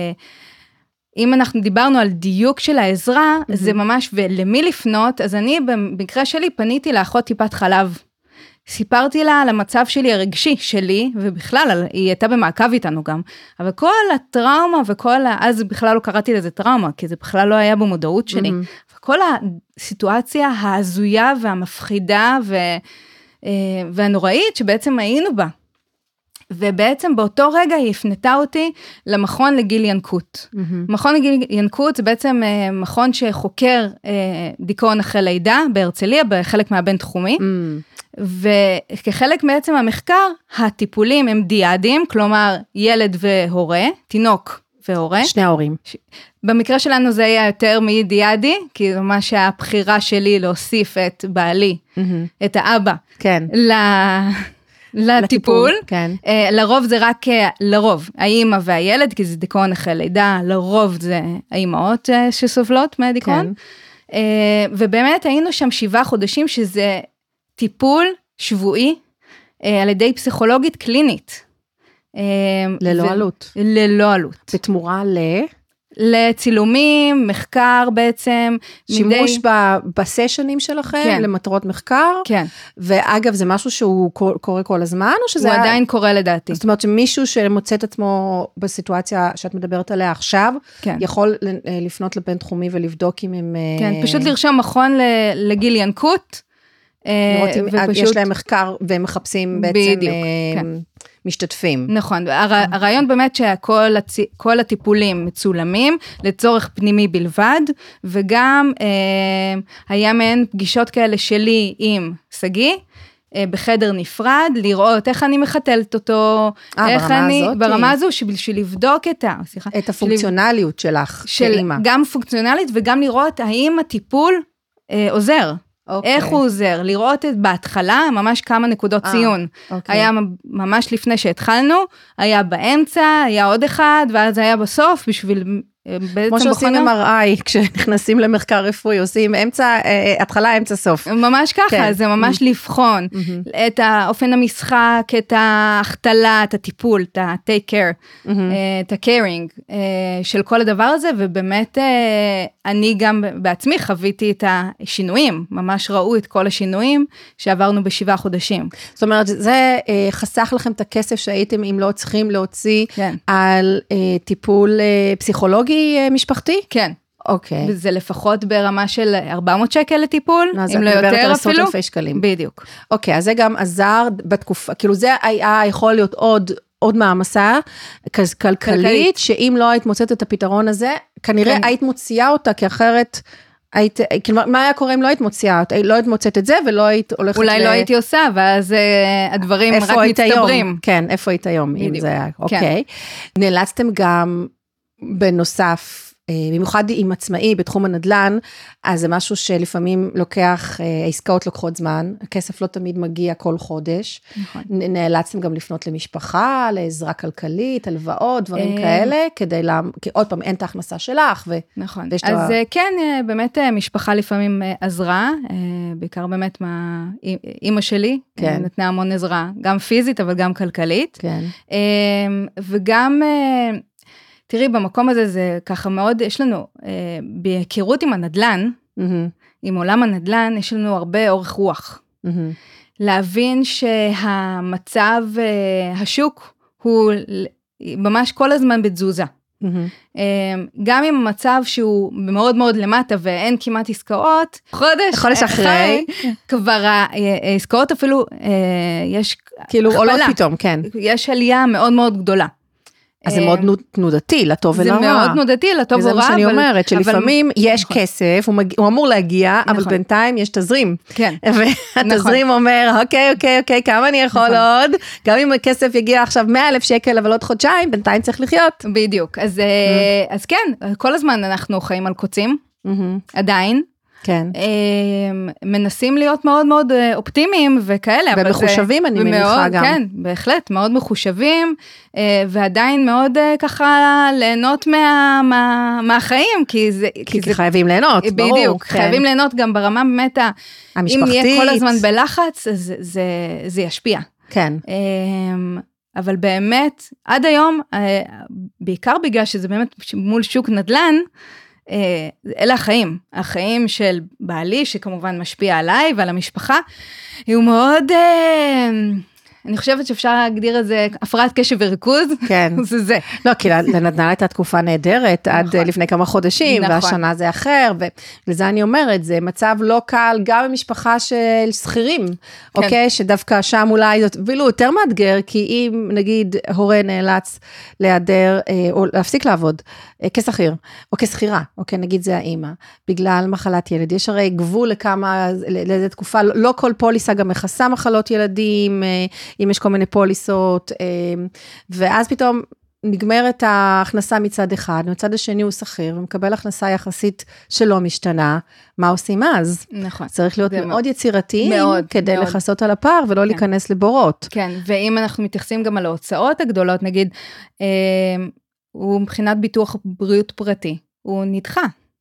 אם אנחנו דיברנו על דיוק של העזרה, זה ממש, ולמי לפנות, אז אני במקרה שלי פניתי לאחות טיפת חלב. סיפרתי לה על המצב שלי הרגשי שלי, ובכלל, היא הייתה במעקב איתנו גם, אבל כל הטראומה וכל, אז בכלל לא קראתי לזה טראומה, כי זה בכלל לא היה במודעות שלי, mm-hmm. וכל הסיטואציה ההזויה והמפחידה ו, והנוראית שבעצם היינו בה, ובעצם באותו רגע היא הפנתה אותי למכון לגיל ינקות. Mm-hmm. מכון לגיל ינקות זה בעצם מכון שחוקר דיכאון אחרי לידה בהרצליה, בחלק מהבין תחומי, mm-hmm. וכחלק בעצם המחקר, הטיפולים הם דיאדים, כלומר ילד והורה, תינוק והורה. שני ההורים. ש... במקרה שלנו זה היה יותר מדיאדי, כי זה ממש הבחירה שלי להוסיף את בעלי, mm-hmm. את האבא, כן. ל... לטיפול. לטיפול, כן. Uh, לרוב זה רק, לרוב, האמא והילד, כי זה דיכאון אחרי לידה, לרוב זה האמאות uh, שסובלות מהדיכאון. כן. Uh, ובאמת היינו שם שבעה חודשים שזה... טיפול שבועי אה, על ידי פסיכולוגית קלינית. אה, ללא ו- עלות. ללא עלות. בתמורה ל... לצילומים, מחקר בעצם. שימוש מדי... ב- בסשנים שלכם, כן. למטרות מחקר. כן. ואגב, זה משהו שהוא קורה כל הזמן, או שזה... הוא עדיין קורה לדעתי. זאת אומרת, שמישהו שמוצא את עצמו בסיטואציה שאת מדברת עליה עכשיו, כן. יכול לפנות לבן תחומי ולבדוק אם הם... כן, פשוט לרשום מכון לגיל ינקות, לראות אם ופשוט... יש להם מחקר והם מחפשים בעצם בדיוק, אה, כן. משתתפים. נכון, הר, הרעיון באמת שכל הצ... כל הטיפולים מצולמים לצורך פנימי בלבד, וגם אה, היה מעין פגישות כאלה שלי עם סגי, אה, בחדר נפרד, לראות איך אני מחתלת אותו, אה, איך ברמה אני, הזאת? ברמה הזו, שבשביל לבדוק את ה... סליחה, את הפונקציונליות של... שלך, של, כאימא. גם פונקציונלית וגם לראות האם הטיפול אה, עוזר. Okay. איך הוא עוזר? לראות את בהתחלה, ממש כמה נקודות ah, ציון. Okay. היה ממש לפני שהתחלנו, היה באמצע, היה עוד אחד, ואז היה בסוף, בשביל... כמו שעושים עם אר איי, כשנכנסים למחקר רפואי, עושים אמצע, התחלה, אמצע, סוף. ממש ככה, כן. זה ממש mm-hmm. לבחון mm-hmm. את האופן המשחק, את ההחתלה, את הטיפול, את ה-take care, mm-hmm. את ה-caring של כל הדבר הזה, ובאמת אני גם בעצמי חוויתי את השינויים, ממש ראו את כל השינויים שעברנו בשבעה חודשים. זאת אומרת, זה חסך לכם את הכסף שהייתם, אם לא צריכים להוציא כן. על טיפול פסיכולוגי, משפחתי? כן. אוקיי. וזה לפחות ברמה של ארבע מאות שקל לטיפול, אם לא יותר אפילו. עשרות אלפי שקלים. בדיוק. אוקיי, אז זה גם עזר בתקופה, כאילו זה היה יכול להיות עוד, עוד מעמסה כלכלית, שאם לא היית מוצאת את הפתרון הזה, כנראה היית מוציאה אותה, כי אחרת... היית, כאילו, מה היה קורה אם לא היית מוציאה, לא היית מוצאת את זה, ולא היית הולכת... אולי ל... לא הייתי עושה, ואז uh, הדברים רק מצטברים. היום? כן, איפה היית היום, אם זה היה, אוקיי. כן. נאלצתם גם בנוסף, במיוחד עם עצמאי בתחום הנדל"ן, אז זה משהו שלפעמים לוקח, העסקאות לוקחות זמן, הכסף לא תמיד מגיע כל חודש, נכון. נאלצתם גם לפנות למשפחה, לעזרה כלכלית, הלוואות, דברים כאלה, כדי, לה, כי עוד פעם אין את ההכנסה שלך. ו... נכון, אז ה... כן, באמת משפחה לפעמים עזרה, בעיקר באמת מה... אימא שלי, כן. נתנה המון עזרה, גם פיזית, אבל גם כלכלית, כן. וגם... תראי, במקום הזה זה ככה מאוד, יש לנו, אה, בהיכרות עם הנדלן, mm-hmm. עם עולם הנדלן, יש לנו הרבה אורך רוח. Mm-hmm. להבין שהמצב, אה, השוק, הוא ממש כל הזמן בתזוזה. Mm-hmm. אה, גם עם המצב שהוא מאוד מאוד למטה, ואין כמעט עסקאות, חודש, חודש אחרי, כבר העסקאות אפילו, אה, יש כאילו הכפלה. עולות פתאום, כן. יש עלייה מאוד מאוד גדולה. אז זה מאוד תנודתי, לטוב ולרע. זה מאוד תנודתי, לטוב ולרע. וזה מה שאני אומרת, שלפעמים יש כסף, הוא אמור להגיע, אבל בינתיים יש תזרים. כן. והתזרים אומר, אוקיי, אוקיי, אוקיי, כמה אני יכול עוד? גם אם הכסף יגיע עכשיו מאה אלף שקל, אבל עוד חודשיים, בינתיים צריך לחיות. בדיוק. אז כן, כל הזמן אנחנו חיים על קוצים, עדיין. כן. מנסים להיות מאוד מאוד אופטימיים וכאלה. ומחושבים אני מניחה גם. כן, בהחלט, מאוד מחושבים, ועדיין מאוד ככה ליהנות מהחיים, כי זה... כי חייבים ליהנות, ברור. בדיוק, חייבים ליהנות גם ברמה באמת, אם נהיה כל הזמן בלחץ, זה ישפיע. כן. אבל באמת, עד היום, בעיקר בגלל שזה באמת מול שוק נדל"ן, אלה החיים, החיים של בעלי, שכמובן משפיע עליי ועל המשפחה, הוא מאוד, אני חושבת שאפשר להגדיר את זה, הפרעת קשב וריכוז, כן. זה זה. לא, כי לנדל"ן הייתה תקופה נהדרת, עד לפני כמה חודשים, והשנה זה אחר, ולזה אני אומרת, זה מצב לא קל, גם במשפחה של שכירים, אוקיי, שדווקא שם אולי, ואילו יותר מאתגר, כי אם נגיד הורה נאלץ להיעדר, או להפסיק לעבוד, כשכיר, או כשכירה, אוקיי, נגיד זה האמא, בגלל מחלת ילד, יש הרי גבול לכמה, לאיזו תקופה, לא כל פוליסה גם מכסה מחלות ילדים, אם יש כל מיני פוליסות, ואז פתאום נגמרת ההכנסה מצד אחד, מצד השני הוא שכיר, ומקבל הכנסה יחסית שלא משתנה, מה עושים אז? נכון. צריך להיות מאוד יצירתיים, מאוד, כדי מאוד. לחסות על הפער, ולא כן. להיכנס לבורות. כן, ואם אנחנו מתייחסים גם על ההוצאות הגדולות, נגיד, אה, הוא מבחינת ביטוח בריאות פרטי, הוא נדחה.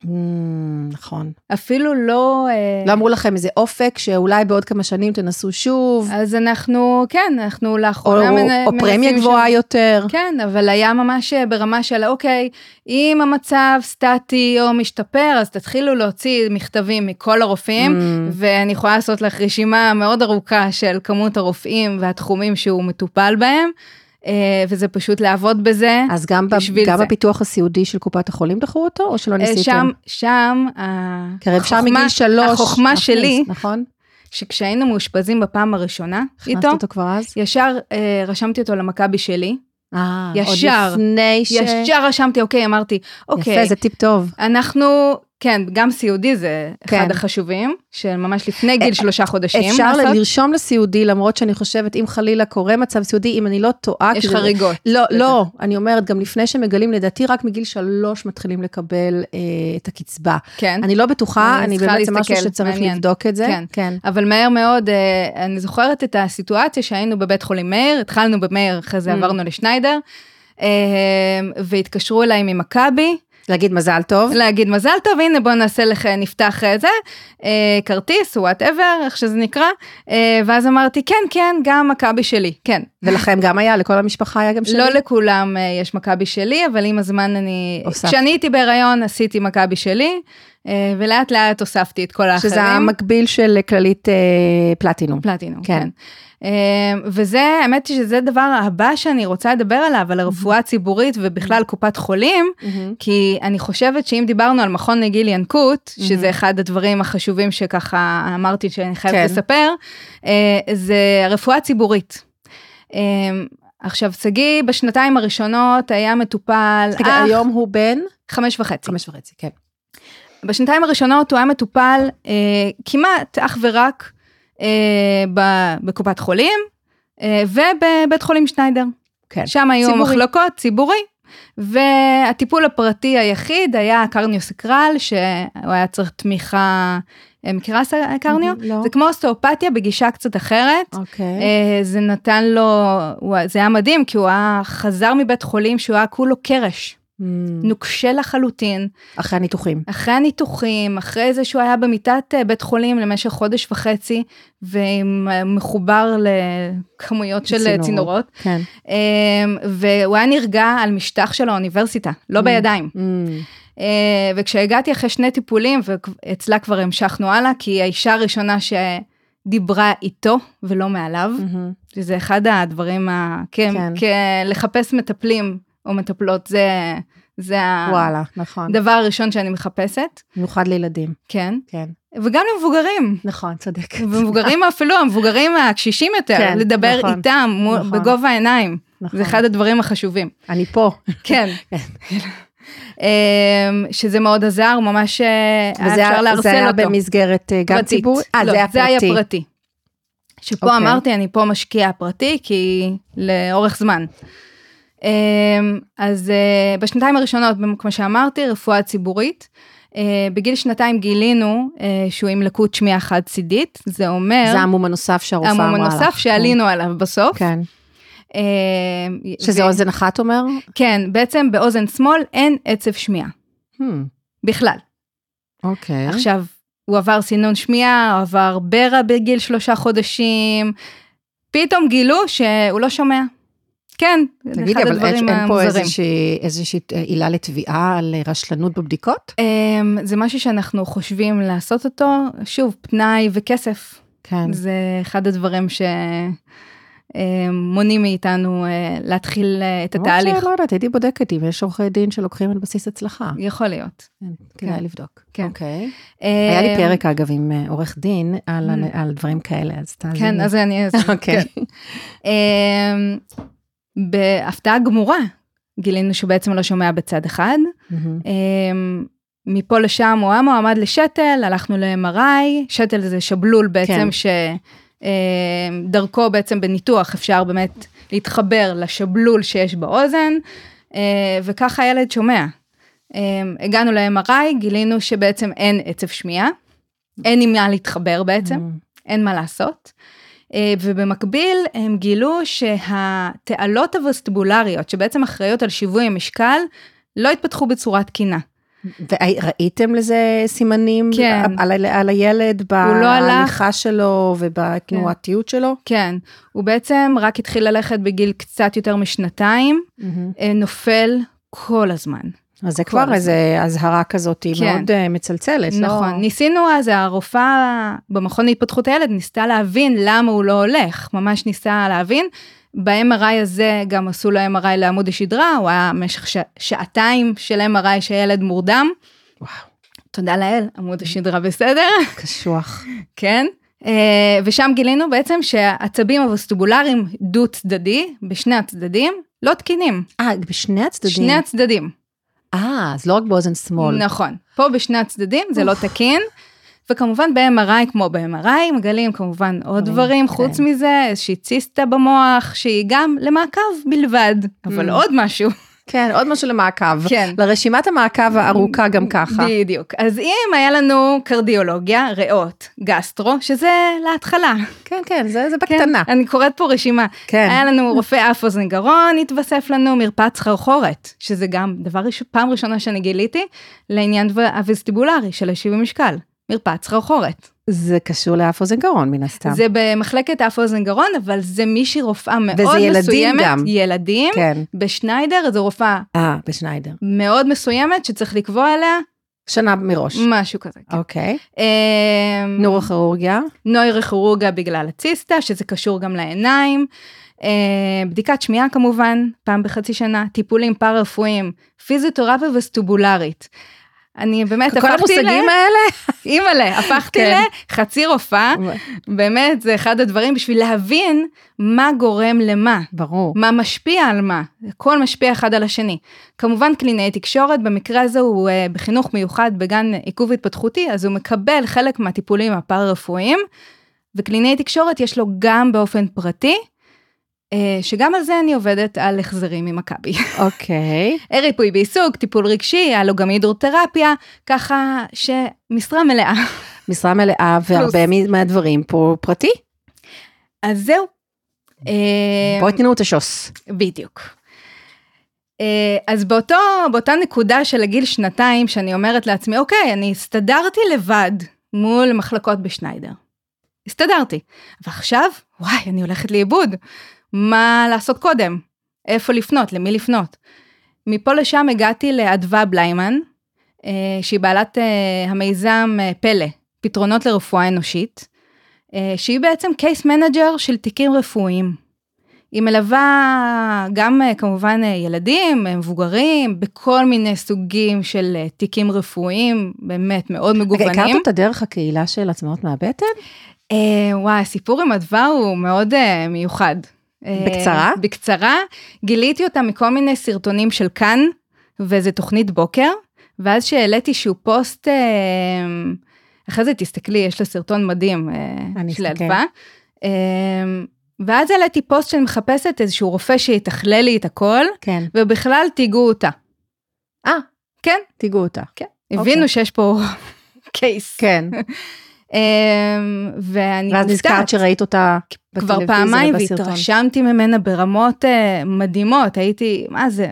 נכון. אפילו לא... לא אמרו לכם איזה אופק, שאולי בעוד כמה שנים תנסו שוב. אז אנחנו, כן, אנחנו לאחרונה או, או, או פרמיה גבוהה יותר. כן, אבל היה ממש ברמה של, אוקיי, אם המצב סטטי או משתפר, אז תתחילו להוציא מכתבים מכל הרופאים, ואני יכולה לעשות לך רשימה מאוד ארוכה של כמות הרופאים והתחומים שהוא מטופל בהם, וזה פשוט לעבוד בזה. אז גם, גם בפיתוח הסיעודי של קופת החולים דחו אותו, או שלא ניסיתם? שם, שם, החוכמה, החוכמה שלי, נכון? שכשהיינו מאושפזים בפעם הראשונה, הכנסת אותו כבר אז? ישר רשמתי אותו למכבי שלי, אה, ישר, עוד לפני ש... ישר רשמתי, אוקיי, אמרתי, אוקיי. יפה, זה טיפ טוב. אנחנו... כן, גם סיעודי זה כן. אחד החשובים, שממש לפני גיל שלושה חודשים. אפשר לעשות. לרשום לסיעודי, למרות שאני חושבת, אם חלילה קורה מצב סיעודי, אם אני לא טועה... יש חריגות. לא, לא, אני אומרת, גם לפני שמגלים, לדעתי, רק מגיל שלוש מתחילים לקבל אה, את הקצבה. כן. אני לא בטוחה, אני, אני באמת, זה משהו שצריך מעניין. לבדוק את זה. כן. כן. אבל מהר מאוד, אה, אני זוכרת את הסיטואציה שהיינו בבית חולים מאיר, התחלנו במאיר, אחרי זה עברנו לשניידר, אה, והתקשרו אליי ממכבי, להגיד מזל טוב. להגיד מזל טוב, הנה בוא נעשה לך, נפתח את זה, אה, כרטיס, whatever, איך שזה נקרא, אה, ואז אמרתי, כן, כן, גם מכבי שלי, כן. ולכם גם היה, לכל המשפחה היה גם שלי? לא לכולם אה, יש מכבי שלי, אבל עם הזמן אני, הוספת. כשאני הייתי בהיריון, עשיתי מכבי שלי, אה, ולאט לאט הוספתי את כל האחרים. שזה המקביל של כללית אה, פלטינום. פלטינום, כן. כן. וזה, האמת היא שזה דבר הבא שאני רוצה לדבר עליו, על הרפואה הציבורית ובכלל קופת חולים, כי אני חושבת שאם דיברנו על מכון נגיל ינקות, שזה אחד הדברים החשובים שככה אמרתי שאני חייבת לספר, זה הרפואה הציבורית. עכשיו, סגי בשנתיים הראשונות היה מטופל... רגע, היום הוא בן? חמש וחצי. חמש וחצי, כן. בשנתיים הראשונות הוא היה מטופל כמעט אך ורק, בקופת חולים, ובבית חולים שניידר. כן. שם היו ציבורי. מחלקות, ציבורי, והטיפול הפרטי היחיד היה קרניוסקרל, שהוא היה צריך תמיכה, מכירה קרניו? לא. זה כמו אוסטאופתיה בגישה קצת אחרת. אוקיי. זה נתן לו, זה היה מדהים, כי הוא היה חזר מבית חולים, שהוא היה כולו קרש. נוקשה לחלוטין. אחרי הניתוחים. אחרי הניתוחים, אחרי זה שהוא היה במיטת בית חולים למשך חודש וחצי, ומחובר לכמויות של צינורות. צינורות. כן. והוא היה נרגע על משטח של האוניברסיטה, לא בידיים. וכשהגעתי אחרי שני טיפולים, ואצלה כבר המשכנו הלאה, כי האישה הראשונה שדיברה איתו, ולא מעליו, שזה אחד הדברים, לחפש מטפלים, או מטפלות, זה, זה וואלה, נכון. הדבר הראשון שאני מחפשת. במיוחד לילדים. כן. כן. וגם למבוגרים. נכון, צודק. ומבוגרים אפילו, המבוגרים הקשישים יותר, כן, לדבר נכון, איתם נכון. בגובה העיניים. נכון. זה אחד הדברים החשובים. אני פה. כן. שזה מאוד עזר, ממש אפשר להרסל אותו. זה היה במסגרת גם ציבור? לא, זה היה פרטי. שפה אמרתי, אני פה משקיעה פרטי, כי לאורך זמן. אז בשנתיים הראשונות, כמו שאמרתי, רפואה ציבורית, בגיל שנתיים גילינו שהוא עם לקות שמיעה חד צידית, זה אומר... זה המום הנוסף שהרופאה אמרה לך. המום הנוסף שעלינו עליו בסוף. כן. שזה אוזן אחת אומר? כן, בעצם באוזן שמאל אין עצב שמיעה. בכלל. אוקיי. עכשיו, הוא עבר סינון שמיעה, הוא עבר ברע בגיל שלושה חודשים, פתאום גילו שהוא לא שומע. כן, תגידי, אבל אין פה איזושהי, איזושהי עילה לתביעה על רשלנות בבדיקות? זה משהו שאנחנו חושבים לעשות אותו, שוב, פנאי וכסף. כן. זה אחד הדברים שמונים מאיתנו להתחיל את התהליך. לא יודעת, הייתי בודקת אם יש עורכי דין שלוקחים על בסיס הצלחה. יכול להיות. כדאי לבדוק. כן. אוקיי. היה לי פרק, אגב, עם עורך דין על דברים כאלה, אז תעזי. כן, אז אני... אוקיי. בהפתעה גמורה, גילינו שהוא בעצם לא שומע בצד אחד, מפה לשם הוא היה מועמד לשתל, הלכנו ל-אם אר איי, שתל זה שבלול בעצם שדרכו בעצם בניתוח אפשר באמת להתחבר לשבלול שיש באוזן, וככה הילד שומע. הגענו ל-אם אר איי, גילינו שבעצם אין עצב שמיעה, אין עם מה להתחבר בעצם, אין מה לעשות, ובמקביל הם גילו שהתעלות הווסטיבולריות, שבעצם אחראיות על שיווי המשקל, לא התפתחו בצורה תקינה. וראיתם לזה סימנים כן. על, על הילד, בהליכה שלו ובתנועתיות כן. שלו? כן, הוא בעצם רק התחיל ללכת בגיל קצת יותר משנתיים, mm-hmm. נופל כל הזמן. אז זה כבר איזו הזהרה כזאת, היא כן. מאוד מצלצלת. נכון, לא... ניסינו אז, הרופאה במכון להתפתחות הילד ניסתה להבין למה הוא לא הולך, ממש ניסה להבין, ב-אם אר איי הזה גם עשו לו אם אר איי לעמוד השדרה, הוא היה במשך ש... שעתיים של אם אר איי שהילד מורדם. וואו. תודה לאל, עמוד השדרה בסדר. קשוח. כן, ושם גילינו בעצם שהעצבים הווסטיבולריים דו צדדי, בשני הצדדים, לא תקינים. אה, בשני הצדדים? שני הצדדים. אה, אז לא רק באוזן שמאל. נכון, פה בשני הצדדים זה לא תקין, וכמובן ב-אם אר איי כמו ב-אם אר איי, מגלים כמובן עוד דברים, חוץ מזה, איזושהי ציסטה במוח, שהיא גם למעקב בלבד, אבל עוד משהו. כן, עוד משהו למעקב. כן. לרשימת המעקב הארוכה גם ככה. בדיוק. אז אם היה לנו קרדיולוגיה, ריאות, גסטרו, שזה להתחלה. כן, כן, זה, זה בקטנה. כן, אני קוראת פה רשימה. כן. היה לנו רופא אף אוזן גרון, התווסף לנו מרפאת סחרחורת, שזה גם דבר ראשון, פעם ראשונה שאני גיליתי, לעניין הווסטיבולרי של השיווי משקל. מרפאת סחרחורת. זה קשור לאף אוזן גרון, מן הסתם. זה במחלקת אף אוזן גרון, אבל זה מישהי רופאה מאוד מסוימת. וזה ילדים גם. ילדים. כן. בשניידר, זו רופאה. אה, בשניידר. מאוד מסוימת, שצריך לקבוע עליה. שנה מראש. משהו כזה. כן. אוקיי. נוירוכירורגיה. נוירוכירורגיה בגלל הציסטה, שזה קשור גם לעיניים. בדיקת שמיעה כמובן, פעם בחצי שנה. טיפולים פארה-רפואיים. פיזיותרפיה וסטיבולרית. אני באמת הפכתי ל... כל המושגים האלה? אימא'לה, הפכתי לחצי רופאה, באמת זה אחד הדברים בשביל להבין מה גורם למה. ברור. מה משפיע על מה, הכל משפיע אחד על השני. כמובן קלינאי תקשורת, במקרה הזה הוא בחינוך מיוחד בגן עיכוב התפתחותי, אז הוא מקבל חלק מהטיפולים הפארה-רפואיים, וקלינאי תקשורת יש לו גם באופן פרטי, שגם על זה אני עובדת על החזרים ממכבי. אוקיי. ריפוי בעיסוק, טיפול רגשי, היה לו גם הידרותרפיה, ככה שמשרה מלאה. משרה מלאה, והרבה מהדברים פה פרטי. אז זהו. בואי תנו את השוס. בדיוק. אז באותו, באותה נקודה של הגיל שנתיים, שאני אומרת לעצמי, אוקיי, אני הסתדרתי לבד מול מחלקות בשניידר. הסתדרתי. ועכשיו, וואי, אני הולכת לאיבוד. מה לעשות קודם? איפה לפנות? למי לפנות? מפה לשם הגעתי לאדווה בליימן, שהיא בעלת המיזם פלא, פתרונות לרפואה אנושית, שהיא בעצם קייס מנג'ר של תיקים רפואיים. היא מלווה גם כמובן ילדים, מבוגרים, בכל מיני סוגים של תיקים רפואיים, באמת מאוד מגוונים. הכרת אותה דרך הקהילה של עצמאות מהבטן? וואי, הסיפור עם אדווה הוא מאוד מיוחד. בקצרה? בקצרה. גיליתי אותה מכל מיני סרטונים של כאן, וזה תוכנית בוקר, ואז שהעליתי שהוא פוסט, אחרי זה תסתכלי, יש לה סרטון מדהים של אלפה, ואז העליתי פוסט שאני מחפשת איזשהו רופא שיתכלל לי את הכל, כן. ובכלל תיגעו אותה. אה, כן. תיגעו אותה. כן. הבינו שיש פה קייס. כן. ואני ואז נזכרת שראית אותה כבר פעמיים, והתרשמתי ממנה ברמות מדהימות, הייתי, מה זה,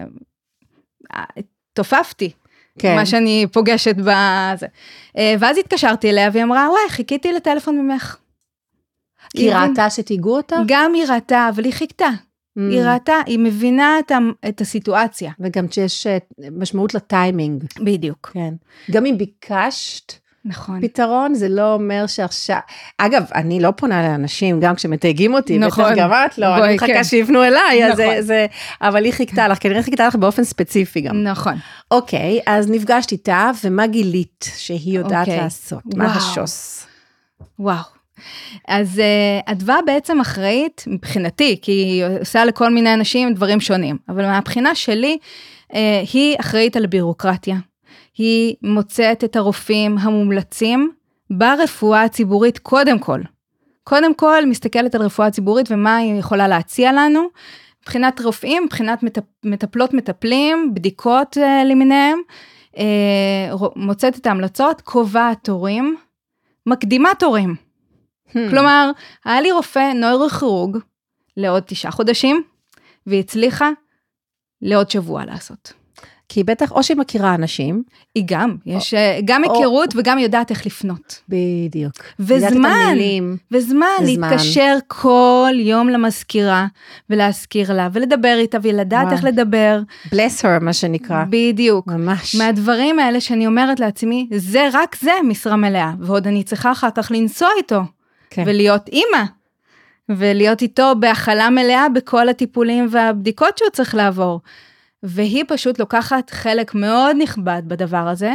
תופפתי, מה שאני פוגשת בזה. ואז התקשרתי אליה, והיא אמרה, וואי, חיכיתי לטלפון ממך. היא ראתה שתיגעו אותה? גם היא ראתה, אבל היא חיכתה. היא ראתה, היא מבינה את הסיטואציה. וגם שיש משמעות לטיימינג. בדיוק. כן. גם אם ביקשת, נכון. פתרון, זה לא אומר שעכשיו, אגב, אני לא פונה לאנשים, גם כשמתייגים אותי, נכון. בטח גם את לא, בואי, אני מחכה כן. שיפנו אליי, נכון. זה, זה, אבל היא חיכתה לך, כנראה חיכתה לך באופן ספציפי גם. נכון. אוקיי, אז נפגשת איתה, ומה גילית שהיא יודעת אוקיי. לעשות? וואו. מה השוס? וואו. אז uh, אדווה בעצם אחראית מבחינתי, כי היא עושה לכל מיני אנשים דברים שונים, אבל מהבחינה שלי, uh, היא אחראית על בירוקרטיה. היא מוצאת את הרופאים המומלצים ברפואה הציבורית קודם כל. קודם כל מסתכלת על רפואה ציבורית ומה היא יכולה להציע לנו, מבחינת רופאים, מבחינת מטפ, מטפלות מטפלים, בדיקות uh, למיניהם, uh, מוצאת את ההמלצות, קובעת תורים, מקדימה תורים. Hmm. כלומר, היה לי רופא נוירוכירורג לעוד תשעה חודשים, והיא הצליחה לעוד שבוע לעשות. כי בטח, או שהיא מכירה אנשים. היא גם, יש גם היכרות וגם יודעת איך לפנות. בדיוק. וזמן, וזמן, להתקשר כל יום למזכירה, ולהזכיר לה, ולדבר איתה, ולדעת איך לדבר. bless her, מה שנקרא. בדיוק. ממש. מהדברים האלה שאני אומרת לעצמי, זה רק זה משרה מלאה, ועוד אני צריכה אחר כך לנסוע איתו, ולהיות אימא, ולהיות איתו בהכלה מלאה, בכל הטיפולים והבדיקות שהוא צריך לעבור. והיא פשוט לוקחת חלק מאוד נכבד בדבר הזה,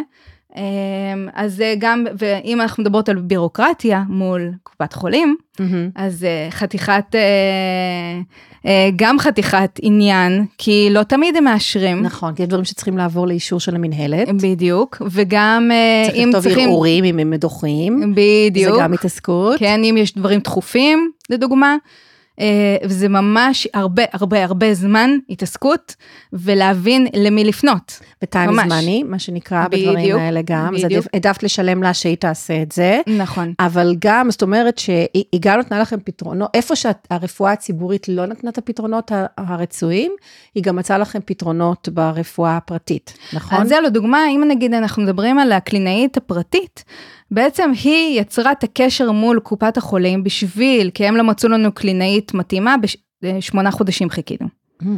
אז גם, ואם אנחנו מדברות על בירוקרטיה מול קופת חולים, אז חתיכת, גם חתיכת עניין, כי לא תמיד הם מאשרים. נכון, כי יש דברים שצריכים לעבור לאישור של המנהלת. בדיוק, וגם אם צריכים... צריך לכתוב ערעורים, אם הם מדוחים. בדיוק. זה גם התעסקות. כן, אם יש דברים דחופים, לדוגמה, וזה ממש הרבה, הרבה, הרבה זמן התעסקות, ולהבין למי לפנות. וטיים זמני, מה שנקרא בדברים האלה גם. בדיוק. אז העדפת לשלם לה שהיא תעשה את זה. נכון. אבל גם, זאת אומרת שהיא גם נתנה לכם פתרונות, איפה שהרפואה הציבורית לא נתנה את הפתרונות הרצויים, היא גם מצאה לכם פתרונות ברפואה הפרטית, נכון? אז זה לו דוגמה, אם נגיד אנחנו מדברים על הקלינאית הפרטית, בעצם היא יצרה את הקשר מול קופת החולים בשביל, כי הם לא מצאו לנו קלינאית מתאימה, בשמונה חודשים חיכינו.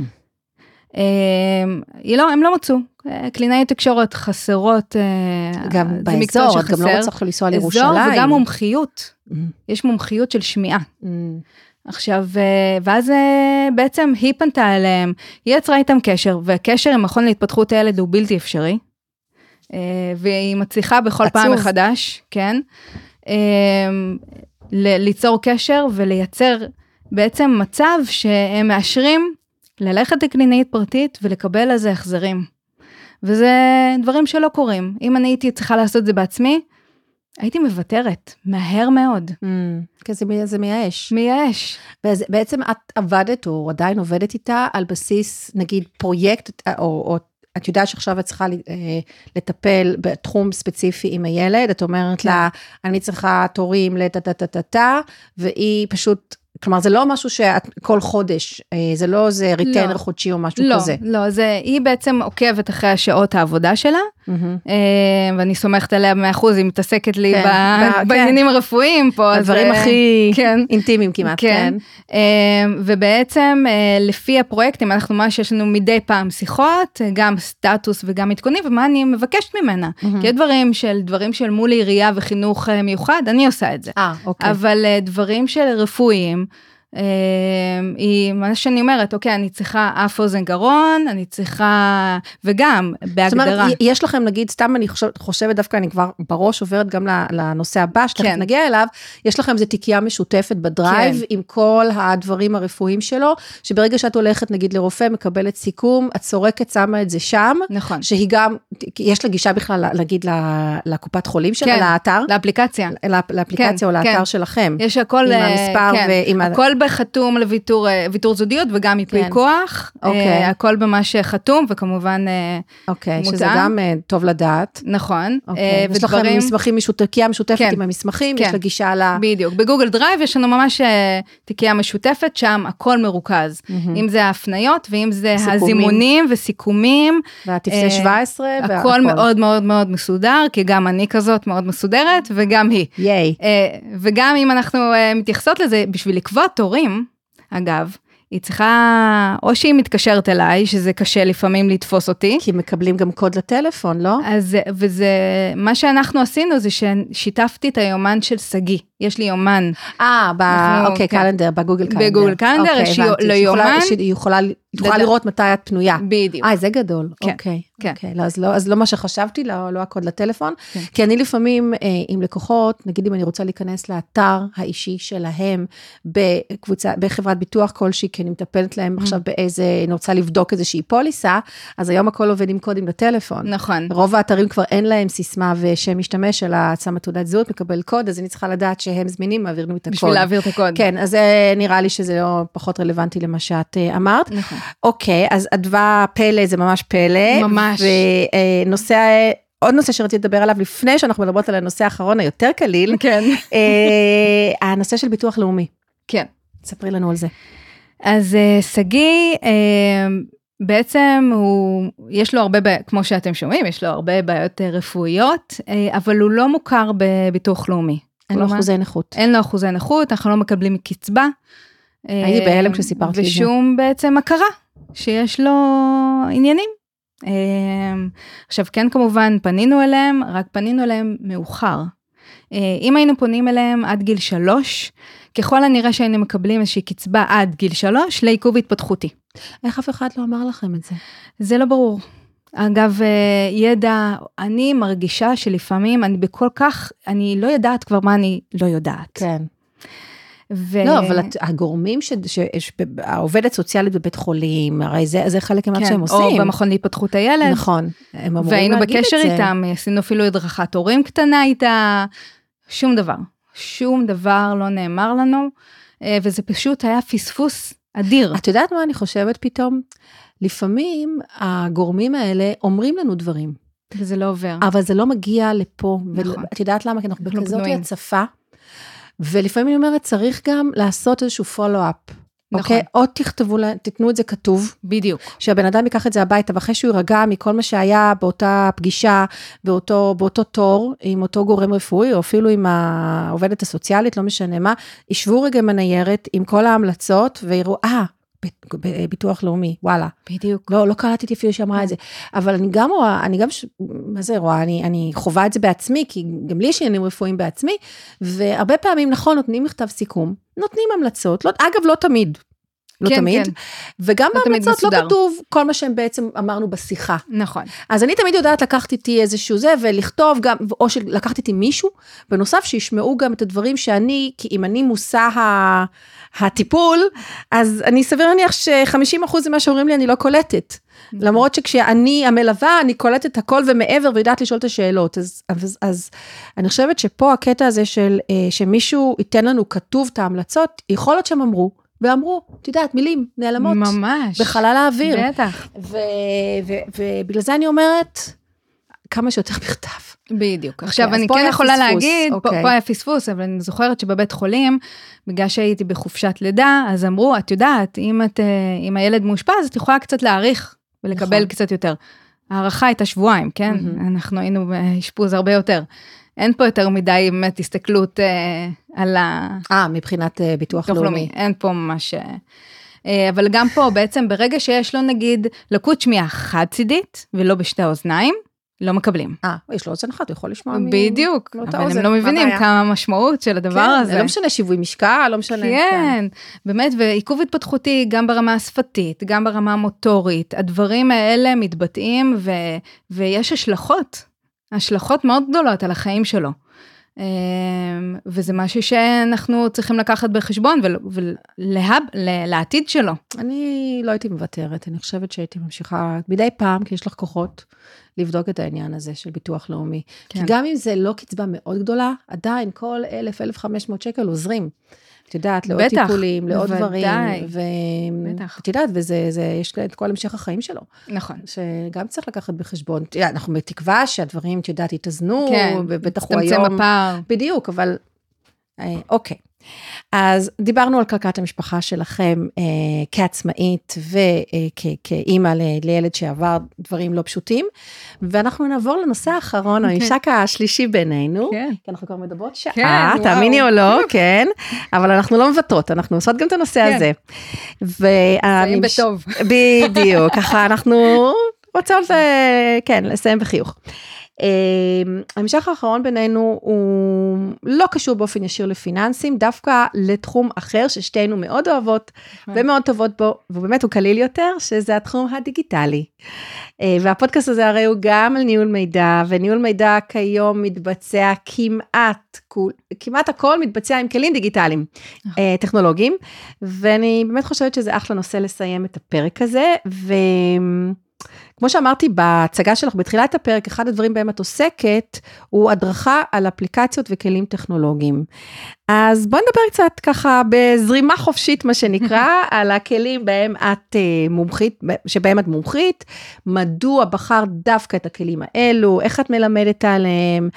הם לא מצאו, קלינאית תקשורת חסרות. גם באזור, את גם לא רוצה לנסוע לירושלים. אזור וגם מומחיות, יש מומחיות של שמיעה. עכשיו, ואז בעצם היא פנתה אליהם, היא יצרה איתם קשר, והקשר עם מכון להתפתחות הילד הוא בלתי אפשרי. והיא מצליחה בכל עצוב. פעם מחדש, כן, ליצור קשר ולייצר בעצם מצב שהם מאשרים ללכת לקלינאית פרטית ולקבל איזה החזרים. וזה דברים שלא קורים. אם אני הייתי צריכה לעשות זה בעצמי, הייתי מוותרת, מהר מאוד. Mm, כי זה, זה מייאש. מייאש. ובעצם את עבדת או עדיין עובדת איתה על בסיס, נגיד, פרויקט או, או את יודעת שעכשיו את צריכה לטפל בתחום ספציפי עם הילד, את אומרת לה, אני צריכה תורים לטטטטטה, והיא פשוט, כלומר, זה לא משהו שאת כל חודש, זה לא איזה ריטיינר חודשי או משהו כזה. לא, לא, היא בעצם עוקבת אחרי השעות העבודה שלה, ואני סומכת עליה מאה אחוז, היא מתעסקת לי בעניינים הרפואיים פה. הדברים הכי אינטימיים כמעט, כן. ובעצם לפי הפרויקטים, אנחנו ממש יש לנו מדי פעם שיחות, גם סטטוס וגם עדכונים, ומה אני מבקשת ממנה. כי הדברים של, דברים של מול עירייה וחינוך מיוחד, אני עושה את זה. אבל דברים של רפואיים, היא, מה שאני אומרת, אוקיי, אני צריכה אף אוזן גרון, אני צריכה, וגם, בהגדרה. זאת אומרת, יש לכם, נגיד, סתם אני חושבת, חושבת דווקא, אני כבר בראש עוברת גם לנושא הבא, שתכף נגיע אליו, יש לכם איזו תיקייה משותפת בדרייב, עם כל הדברים הרפואיים שלו, שברגע שאת הולכת, נגיד, לרופא, מקבלת סיכום, את סורקת, שמה את זה שם, נכון. שהיא גם, יש לה גישה בכלל, להגיד, לקופת חולים שלה, לאתר. לאפליקציה. לאפליקציה או לאתר שלכם. יש הכל, עם המספר ועם הכל בחתום לוויתור, ויתור זוגיות, וגם מפי כוח, הכל ממש חתום, וכמובן אוקיי, שזה גם טוב לדעת. נכון. יש לכם מסמכים תיקייה משותפת עם המסמכים, יש לה גישה ל... בדיוק, בגוגל דרייב יש לנו ממש תיקייה משותפת, שם הכל מרוכז, אם זה ההפניות, ואם זה הזימונים וסיכומים. והטפסי שבע עשרה. הכל מאוד מאוד מאוד מסודר, כי גם אני כזאת מאוד מסודרת, וגם היא. ייי. וגם אם אנחנו מתייחסות לזה, בשביל לקבוע תורים, אגב, היא צריכה, או שהיא מתקשרת אליי, שזה קשה לפעמים לתפוס אותי. כי מקבלים גם קוד לטלפון, לא? אז, וזה, מה שאנחנו עשינו, זה ששיתפתי את היומן של סגי. יש לי יומן. אה, אוקיי, קלנדר, בגוגל קלנדר. בגוגל קלנדר, יש לי יומן. היא יכולה לראות מתי את פנויה. בדיוק. אה, זה גדול. אוקיי. אז לא מה שחשבתי, לא הקוד לטלפון. כי אני לפעמים, עם לקוחות, נגיד אם אני רוצה להיכנס לאתר האישי שלהם, בקבוצה, בחברת ביטוח כלשהי, כי אני מטפלת להם עכשיו באיזה, אני רוצה לבדוק איזושהי פוליסה, אז היום הכל עובד עם קודים לטלפון. נכון. רוב האתרים כבר אין להם סיסמה ושם משתמש, אלא שמה תעודת זהות, מקבל קוד, אז אני צריכה לדעת שהם זמינים, מעבירים את הקוד. בשביל להעביר את הקוד. כן, אז נראה לי שזה לא פחות רלוונטי למה שאת אמרת. נכון. אוקיי, אז אדווה פלא זה ממש פלא. ממש. ונושא, עוד נושא שרציתי לדבר עליו, לפני שאנחנו מדברות על הנושא האחרון היותר קליל. כן. הנושא של ביטוח לאומי. כן. ספרי לנו על זה. אז סגי, בעצם הוא, יש לו הרבה, כמו שאתם שומעים, יש לו הרבה בעיות רפואיות, אבל הוא לא מוכר בביטוח לאומי. אין לו אחוזי נכות. אין לו אחוזי נכות, אנחנו לא מקבלים קצבה. הייתי בהלם כשסיפרת לי את זה. ושום בעצם הכרה, שיש לו עניינים. עכשיו כן כמובן פנינו אליהם, רק פנינו אליהם מאוחר. אם היינו פונים אליהם עד גיל שלוש, ככל הנראה שהיינו מקבלים איזושהי קצבה עד גיל שלוש, לעיכוב התפתחותי. איך אף אחד לא אמר לכם את זה? זה לא ברור. אגב, ידע, אני מרגישה שלפעמים אני בכל כך, אני לא יודעת כבר מה אני לא יודעת. כן. ו... לא, אבל הגורמים שהעובדת סוציאלית בבית חולים, הרי זה, זה חלק ממה שהם עושים. או במכון להתפתחות הילד. נכון. הם אמורים והיינו להגיד בקשר את זה. איתם, עשינו אפילו הדרכת הורים קטנה איתה, שום דבר. שום דבר לא נאמר לנו, וזה פשוט היה פספוס אדיר. את יודעת מה אני חושבת פתאום? לפעמים הגורמים האלה אומרים לנו דברים. וזה לא עובר. אבל זה לא מגיע לפה. נכון. ואת יודעת למה? כי אנחנו בכזאת הצפה. ולפעמים אני אומרת, צריך גם לעשות איזשהו פולו-אפ. נכון. אוקיי? או תכתבו, תתנו את זה כתוב. בדיוק. שהבן אדם ייקח את זה הביתה, ואחרי שהוא ירגע מכל מה שהיה באותה פגישה, באותו, באותו תור, עם אותו גורם רפואי, או אפילו עם העובדת הסוציאלית, לא משנה מה, ישבו רגע מניירת עם כל ההמלצות, ויראו, אה, ביטוח לאומי, וואלה. בדיוק. לא, לא קראתי אפילו שאמרה את זה. אבל אני גם רואה, אני גם, מה זה רואה, אני, אני חובה את זה בעצמי, כי גם לי יש עניינים רפואיים בעצמי, והרבה פעמים, נכון, נותנים מכתב סיכום, נותנים המלצות, לא, אגב, לא תמיד. לא כן, תמיד. כן. וגם לא בהמלצות לא כתוב כל מה שהם בעצם אמרנו בשיחה. נכון. אז אני תמיד יודעת לקחת איתי איזשהו זה, ולכתוב גם, או שלקחת איתי מישהו, בנוסף שישמעו גם את הדברים שאני, כי אם אני מושא ה... הטיפול, אז אני סביר להניח ש-חמישים אחוז ממה שאומרים לי אני לא קולטת. למרות שכשאני המלווה, אני קולטת הכל ומעבר, ויודעת לשאול את השאלות. אז, אז, אז אני חושבת שפה הקטע הזה של, שמישהו ייתן לנו כתוב את ההמלצות, יכול להיות שהם אמרו, ואמרו, את יודעת, מילים נעלמות. ממש. בחלל האוויר. בטח. ובגלל זה אני אומרת, כמה שיותר בכתב. בדיוק. עכשיו, אני כן יכולה להגיד, פה היה פספוס, אבל אני זוכרת שבבית חולים, בגלל שהייתי בחופשת לידה, אז אמרו, את יודעת, אם הילד מאושפז, את יכולה קצת להאריך, ולקבל קצת יותר. הערכה הייתה שבועיים, כן? אנחנו היינו באשפוז הרבה יותר. אין פה יותר מדי, באמת, הסתכלות על ה... אה, מבחינת ביטוח לאומי. אין פה ממש... אבל גם פה, בעצם, ברגע שיש לו, נגיד, לקות שמיעה חד-צידית, ולא בשתי האוזניים, לא מקבלים. אה, יש לו אוזן אחת, הוא יכול לשמוע בדיוק, אבל הם לא מבינים כמה המשמעות של הדבר הזה. לא משנה שיווי משקל, לא משנה. כן, באמת, ועיכוב התפתחותי גם ברמה השפתית, גם ברמה המוטורית, הדברים האלה מתבטאים, ויש השלכות, השלכות מאוד גדולות על החיים שלו. וזה משהו שאנחנו צריכים לקחת בחשבון, ולעתיד שלו. אני לא הייתי מוותרת, אני חושבת שהייתי ממשיכה מדי פעם, כי יש לך כוחות לבדוק את העניין הזה של ביטוח לאומי. כי גם אם זה לא קצבה מאוד גדולה, עדיין כל אלף, אלף וחמש מאות שקל עוזרים. את יודעת, לעוד טיפולים, לעוד דברים. ואת יודעת, וזה, יש את כל המשך החיים שלו. נכון. שגם צריך לקחת בחשבון. אנחנו בתקווה שהדברים, את יודעת, יתאזנו, ובטח הוא היום. תמצא בפער. בדיוק, אבל, אוקיי. אז דיברנו על כלכלת המשפחה שלכם אה, כעצמאית וכאימא לילד שעבר דברים לא פשוטים, ואנחנו נעבור לנושא האחרון, הממשק השלישי בינינו, כן. כי אנחנו כבר מדברות שעה, כן, תאמיני או לא, כן, אבל אנחנו לא מבטרות, אנחנו עושות גם את הנושא כן. הזה. נסיים בטוב. בדיוק, ככה אנחנו רוצות, כן, לסיים בחיוך. המשך האחרון בינינו הוא לא קשור באופן ישיר לפיננסים, דווקא לתחום אחר ששתינו מאוד אוהבות ומאוד טובות בו, ובאמת הוא קליל יותר, שזה התחום הדיגיטלי. והפודקאסט הזה הרי הוא גם על ניהול מידע, וניהול מידע כיום מתבצע כמעט, כמעט הכל מתבצע עם כלים דיגיטליים, טכנולוגיים, ואני באמת חושבת שזה אחלה נושא לסיים את הפרק הזה, ו... כמו שאמרתי בהצגה שלך בתחילת הפרק, אחד הדברים בהם את עוסקת, הוא הדרכה על אפליקציות וכלים טכנולוגיים. אז בואי נדבר קצת ככה בזרימה חופשית, מה שנקרא, על הכלים בהם את מומחית, שבהם את מומחית, מדוע בחר דווקא את הכלים האלו, איך את מלמדת עליהם,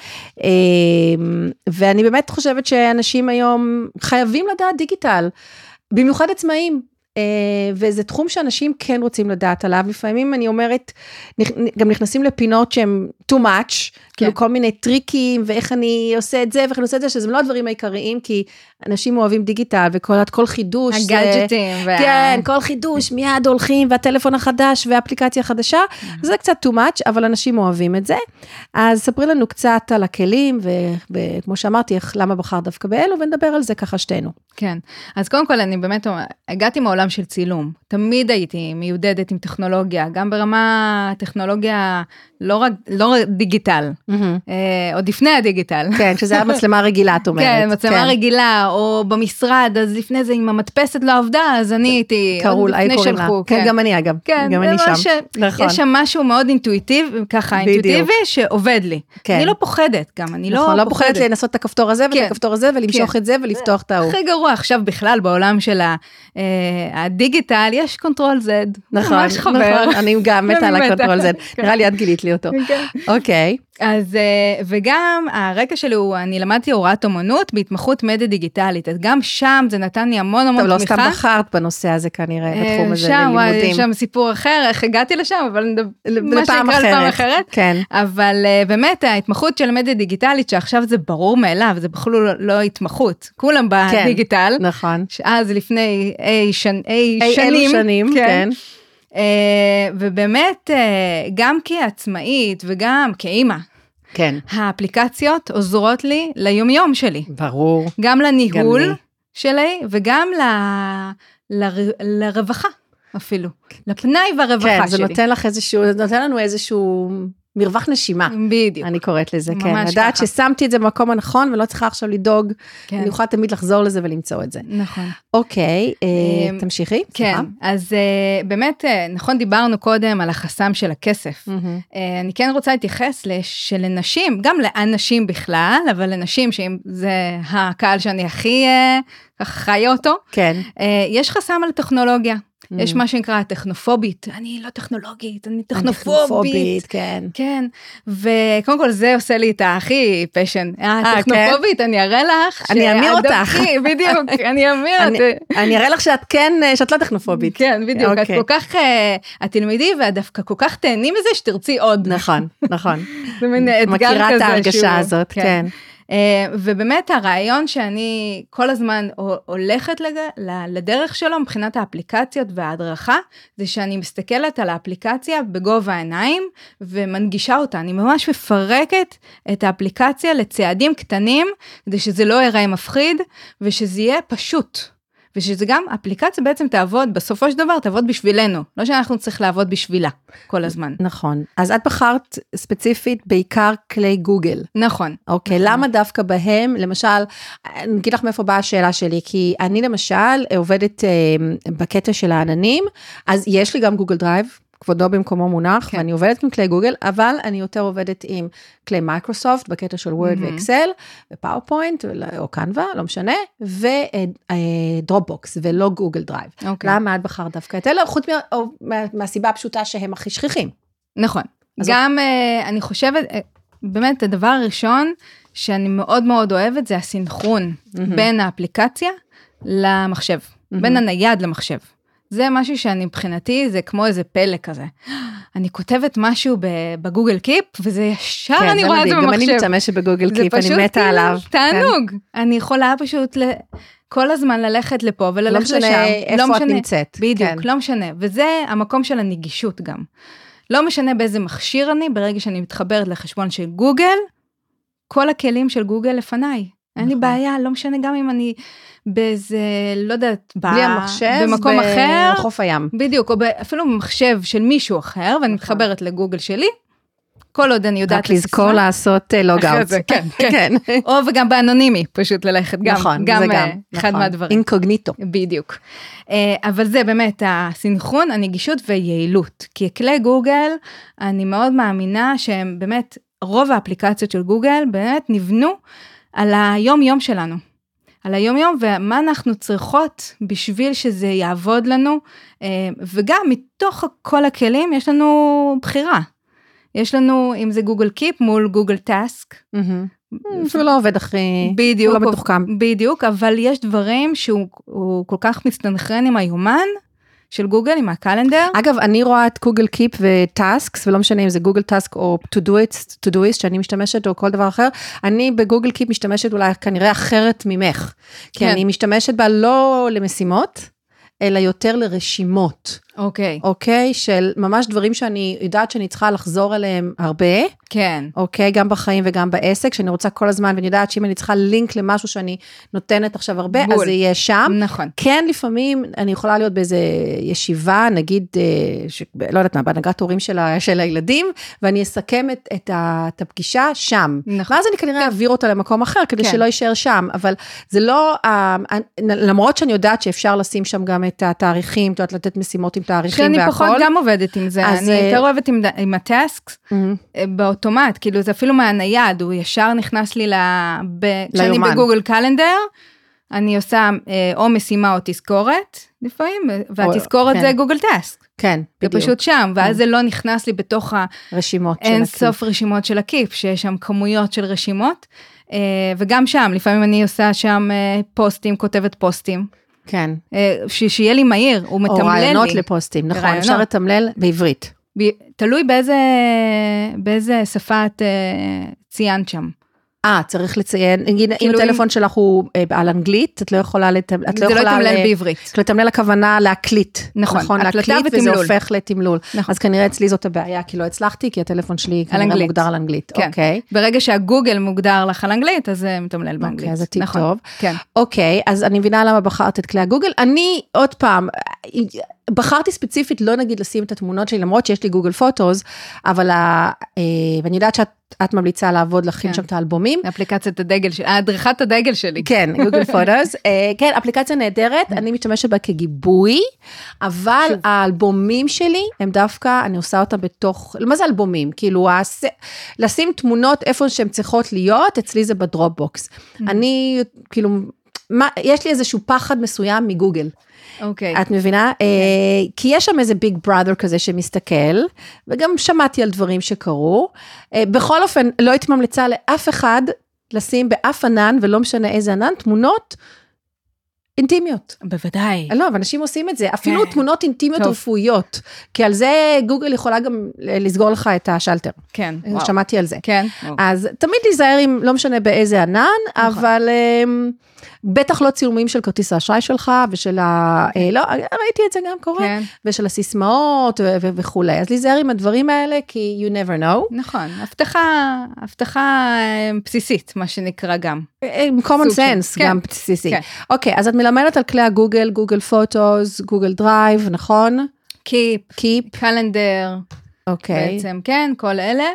ואני באמת חושבת שאנשים היום חייבים לדעת דיגיטל, במיוחד עצמאים, וזה תחום שאנשים כן רוצים לדעת עליו, לפעמים אני אומרת, גם נכנסים לפינות שהם too much, כאילו כל מיני טריקים, ואיך אני עושה את זה, ואיך אני עושה את זה, שזה לא הדברים העיקריים, כי אנשים אוהבים דיגיטל, וכל חידוש, הגאדג'טים, כן, כל חידוש, מיד הולכים, והטלפון החדש, והאפליקציה החדשה, זה קצת too much, אבל אנשים אוהבים את זה, אז ספרי לנו קצת על הכלים, וכמו שאמרתי, למה בחר דווקא באלו, ונדבר על זה ככה שתינו. כן, אז קודם כל אני באמת, הגעתי מעולם של צילום, תמיד הייתי מיודדת עם טכנולוגיה, גם ברמה טכנולוגיה לא רק, לא רק דיגיטל, עוד לפני הדיגיטל. כן, שזה היה מצלמה רגילה, את אומרת. כן, מצלמה רגילה, או במשרד, אז לפני זה, אם המדפסת לא עבדה, אז אני הייתי, עוד לפני שלחו. כן, גם אני אגב, גם אני שם. יש שם משהו מאוד אינטואיטיבי, ככה אינטואיטיבי, שעובד לי. אני לא פוחדת גם, אני לא פוחדת. לא פוחדת לנסות את הכפתור הזה, ואת הכפתור הזה, ולמשוך את זה, ולפתוח את ההוא. הכי גרוע, עכשיו בכלל בעולם של הדיגיטל, יש קונטרול זד. נכון, נכון, אני גם מתה על הקונטרול זד. נראה לי, את גילית לי אותו. אוקיי. אז, וגם הרקע שלי הוא, אני למדתי הוראת אומנות בהתמחות מדיה דיגיטלית, אז גם שם זה נתן לי המון המון תמיכה. טוב, לא סתם בחרת בנושא הזה כנראה, בתחום הזה ללימודים. שם, שם סיפור אחר, איך הגעתי לשם, אבל לפעם אחרת. כן. אבל באמת ההתמחות של מדיה דיגיטלית, שעכשיו זה ברור מאליו, זה בכלל לא התמחות, כולם בדיגיטל. נכון. אז לפני אי שנים. אי שנים, כן. ובאמת, גם כעצמאית וגם כאימא, כן. האפליקציות עוזרות לי ליומיום שלי. ברור. גם לניהול שלי, וגם ל... ל... לרווחה אפילו. לפנאי והרווחה כן, שלי. זה נותן לך איזשהו, זה נותן לנו איזשהו מרווח נשימה. בדיוק. אני קוראת לזה, כן. לדעת ששמתי את זה במקום הנכון, ולא צריכה עכשיו לדאוג, כן. אני יכולה תמיד לחזור לזה ולמצוא את זה. נכון. אוקיי, תמשיכי. כן, אז באמת, נכון, דיברנו קודם על החסם של הכסף. אני כן רוצה להתייחס שלנשים, גם לאנשים בכלל, אבל לנשים שזה הקהל שאני הכי חיה אותו, כן. יש חסם על טכנולוגיה. יש מה שנקרא טכנופובית, אני לא טכנולוגית, אני טכנופובית, כן. כן, וקודם כל זה עושה לי את הכי פשן, הטכנופובית, אני אראה לך, אני אמיר אותך, בדיוק, אני אמיר, אני אראה לך שאת כן, שאת לא טכנופובית. כן, בדיוק, את כל כך, את תלמדי, ואת דווקא כל כך תהני מזה, שתרצי עוד. נכון, נכון. זה מין אתגר כזה. מכירה את ההרגשה הזאת, כן. ובאמת הרעיון שאני כל הזמן הולכת לדרך שלו מבחינת האפליקציות וההדרכה, זה שאני מסתכלת על האפליקציה בגובה העיניים ומנגישה אותה. אני ממש מפרקת את האפליקציה לצעדים קטנים, כדי שזה לא יראה מפחיד ושזה יהיה פשוט. ושזה גם, אפליקציה בעצם תעבוד, בסופו של דבר תעבוד בשבילנו, לא שאנחנו צריך לעבוד בשבילה כל הזמן. נכון. אז את בחרת ספציפית בעיקר כלי גוגל. נכון. אוקיי, נכון. למה דווקא בהם, למשל, אני אגיד לך מאיפה באה השאלה שלי, כי אני למשל עובדת אה, בקטע של העננים, אז יש לי גם גוגל דרייב, כבודו במקומו מונח, כן. ואני עובדת עם כלי גוגל, אבל אני יותר עובדת עם כלי מייקרוסופט, בקטע של וורד mm-hmm. ואקסל, ופאורפוינט, או קנווה, לא משנה, ודרופבוקס, ולא גוגל דרייב. Okay. למה את בחרת דווקא את אלה? חוץ מה, מה, מהסיבה הפשוטה שהם הכי שכיחים. נכון. גם uh, אני חושבת, uh, באמת הדבר הראשון, שאני מאוד מאוד אוהבת, זה הסינכרון mm-hmm. בין האפליקציה למחשב, mm-hmm. בין הנייד למחשב. זה משהו שאני מבחינתי, זה כמו איזה פלא כזה. אני כותבת משהו בגוגל קיפ, וזה ישר כן, אני רואה את זה במחשב. גם אני משתמשת בגוגל קיפ, אני מתה עליו. תענוג. כן. אני יכולה פשוט כל הזמן ללכת לפה וללכת לשם. לא משנה איפה לא את משנה, נמצאת. בדיוק, כן. לא משנה. וזה המקום של הנגישות גם. לא משנה באיזה מכשיר אני, ברגע שאני מתחברת לחשבון של גוגל, כל הכלים של גוגל לפניי. אין לי בעיה, לא משנה גם אם אני באיזה, לא יודעת, בלי המחשב, במקום אחר. בחוף הים. בדיוק, או אפילו במחשב של מישהו אחר, ואני מתחברת לגוגל שלי, כל עוד אני יודעת... רק לזכור לעשות לוגאוט. כן, כן. או וגם באנונימי, פשוט ללכת, גם אחד מהדברים. אינקוגניטו. בדיוק. אבל זה באמת הסינכרון, הנגישות ויעילות. כי כלי גוגל, אני מאוד מאמינה שהם באמת, רוב האפליקציות של גוגל באמת נבנו על היום יום שלנו. על היום יום, ומה אנחנו צריכות בשביל שזה יעבוד לנו, וגם מתוך כל הכלים יש לנו בחירה. יש לנו, אם זה גוגל קיפ מול גוגל טאסק. שהוא לא עובד הכי, בדיוק, הוא לא מתוחכם. בדיוק, אבל יש דברים שהוא כל כך מסתנכרן עם היומן, של גוגל, עם הקלנדר. אגב, אני רואה את גוגל קיפ וטאסקס, ולא משנה אם זה גוגל טאסק או טודויסט, שאני משתמשת, או כל דבר אחר, אני בגוגל קיפ משתמשת אולי כנראה אחרת ממך, כי אני משתמשת בה לא למשימות, אלא יותר לרשימות. אוקיי. אוקיי, של ממש דברים שאני יודעת שאני צריכה לחזור אליהם הרבה. כן. אוקיי, גם בחיים וגם בעסק, שאני רוצה כל הזמן, ואני יודעת שאם אני צריכה לינק למשהו שאני נותנת עכשיו הרבה, בול. אז זה יהיה שם. נכון. כן, לפעמים אני יכולה להיות באיזה ישיבה, נגיד, ש... לא יודעת מה, בהנהגת הורים של, ה... של הילדים, ואני אסכם את, את, ה... את הפגישה שם. נכון. ואז אני כנראה אעביר אותה למקום אחר, כדי כן. שלא יישאר שם, אבל זה לא, למרות שאני יודעת שאפשר לשים שם גם את התאריכים, את יודעת לתת משימות עם תאריכים והכל. שאני פחות גם עובדת עם זה, אני יותר אוהבת עם, עם הטסקס, באוטומט, כאילו זה אפילו מהנייד, הוא ישר נכנס לי כשאני בגוגל קלנדר, אני עושה או משימה או תזכורת, לפעמים, והתזכורת זה גוגל טסק. כן, בדיוק. זה פשוט שם, ואז זה לא נכנס לי בתוך הרשימות של הקיפ. אין סוף רשימות של הקיפ, שיש שם כמויות של רשימות, וגם שם, לפעמים אני עושה שם פוסטים, כותבת פוסטים, כן. שיהיה לי מהיר, הוא מתמלל לי. או רעיונות לפוסטים, נכון, רעיונות. אפשר לתמלל בעברית. ב... תלוי באיזה, באיזה שפה את ציינת שם. אה, צריך לציין, נגיד, אם הטלפון שלך הוא על אנגלית, את לא יכולה לתמלל, זה לא לתמלל בעברית. לתמלל הכוונה להקליט. נכון, להקליט וזה הופך לתמלול. אז כנראה אצלי זאת הבעיה, כי לא הצלחתי, כי הטלפון שלי כנראה מוגדר על אנגלית. אוקיי. ברגע שהגוגל מוגדר לך על אנגלית, אז זה מתמלל באנגלית. אוקיי, אז זה טיפ טוב. אוקיי, אז אני מבינה למה בחרת את כלי הגוגל. אני, עוד פעם, בחרתי ספציפית, לא נגיד לשים את התמונות שלי, למרות שיש לי גוגל פוטוס, אבל ואני יודעת שאת את ממליצה לעבוד, להכין שם את האלבומים. אפליקציית הדגל שלי, הדרכת הדגל שלי. כן, גוגל פוטוס. כן, אפליקציה נהדרת, אני משתמשת בה כגיבוי, אבל האלבומים שלי, הם דווקא, אני עושה אותם בתוך, מה זה אלבומים? כאילו, לשים תמונות איפה שהן צריכות להיות, אצלי זה בדרופבוקס. אני, כאילו, יש לי איזשהו פחד מסוים מגוגל. אוקיי. את מבינה? כי יש שם איזה ביג בראדר כזה שמסתכל, וגם שמעתי על דברים שקרו. בכל אופן, לא הייתי ממליצה לאף אחד לשים באף ענן, ולא משנה איזה ענן, תמונות אינטימיות. בוודאי. לא, ואנשים עושים את זה, אפילו תמונות אינטימיות רפואיות, כי על זה גוגל יכולה גם לסגור לך את השלטר. כן. שמעתי על זה. כן. אז תמיד להיזהר עם, לא משנה באיזה ענן, אבל בטח לא צילומים של כרטיס האשראי שלך, ושל ה... לא, ראיתי את זה גם קורה, ושל הסיסמאות וכו'. אז להיזהר עם הדברים האלה, כי you never know. נכון, הבטחה, הבטחה בסיסית, מה שנקרא גם. common sense, גם בסיסי. אוקיי, אז את מלמדת על כלי הגוגל, גוגל פוטוס, גוגל דרייב, נכון? קיפ, קיפ, קלנדר, בעצם, כן, כל אלה.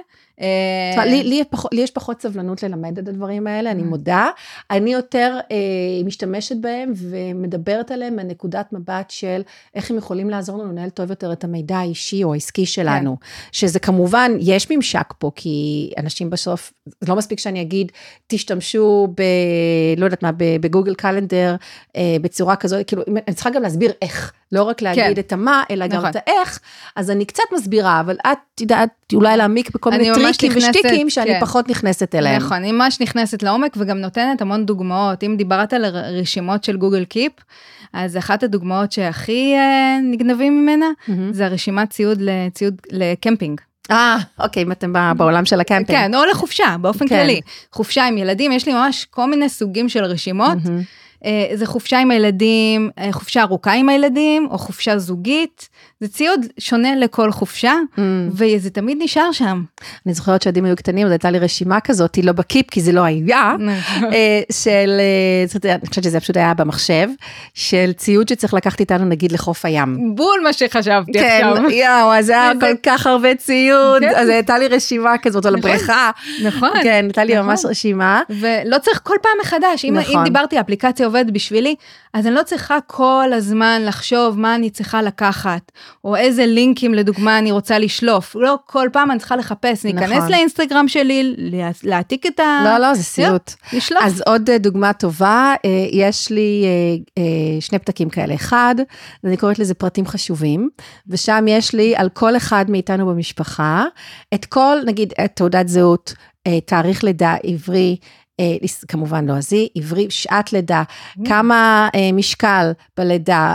לי יש פחות סבלנות ללמד את הדברים האלה, אני מודה. אני יותר משתמשת בהם ומדברת עליהם מנקודת מבט של איך הם יכולים לעזור לנו לנהל טוב יותר את המידע האישי או העסקי שלנו. שזה כמובן, יש ממשק פה, כי אנשים בסוף, לא מספיק שאני אגיד, תשתמשו ב, לא יודעת מה, בגוגל קלנדר, בצורה כזו, כאילו, אני צריכה גם להסביר איך. לא רק להגיד את המה, אלא גם את האיך, אז אני קצת מסבירה, אבל את יודעת אולי להעמיק בכל מיני טריקים ושטיקים, שאני פחות נכנסת אליהם. נכון, אני ממש נכנסת לעומק, וגם נותנת המון דוגמאות. אם דיברת על רשימות של גוגל קיפ, אז אחת הדוגמאות שהכי נגנבים ממנה, זה הרשימת ציוד לקמפינג. אה, אוקיי, אם אתם בעולם של הקמפינג. כן, או לחופשה, באופן כללי. חופשה עם ילדים, יש לי ממש כל מיני סוגים של רשימות, זה חופשה עם הילדים, חופשה ארוכה עם הילדים, או חופשה זוגית, זה ציוד שונה לכל חופשה, וזה תמיד נשאר שם. אני זוכרת שהילדים היו קטנים, אז הייתה לי רשימה כזאת, היא לא בקיפ, כי זה לא היה, של, אני חושבת שזה פשוט היה במחשב, של ציוד שצריך לקחת איתנו, נגיד, לחוף הים. בול מה שחשבתי עכשיו. כן, יאו, אז היה כל כך הרבה ציוד, אז הייתה לי רשימה כזאת, על הבריכה. נכון. כן, הייתה לי ממש רשימה. ולא צריך כל פעם מחדש, אם דיברתי, האפליקציה עובדת בשבילי, אז אני לא צריכה כל הזמן לחשוב מה אני צריכה לקחת, או איזה לינקים לדוגמה אני רוצה לשלוף. לא כל פעם אני צריכה לחפש, ניכנס לאינסטגרם שלי, להעתיק את ה... לא, לא, זה סיוט. לשלוף. אז עוד דוגמה טובה, יש לי שני פתקים כאלה. אחד, אני קוראת לזה פרטים חשובים, ושם יש לי על כל אחד מאיתנו במשפחה, את כל, נגיד, תעודת זהות, תאריך לידה עברי, כמובן לא עזי, עברי, שעת לידה, כמה משקל בלידה,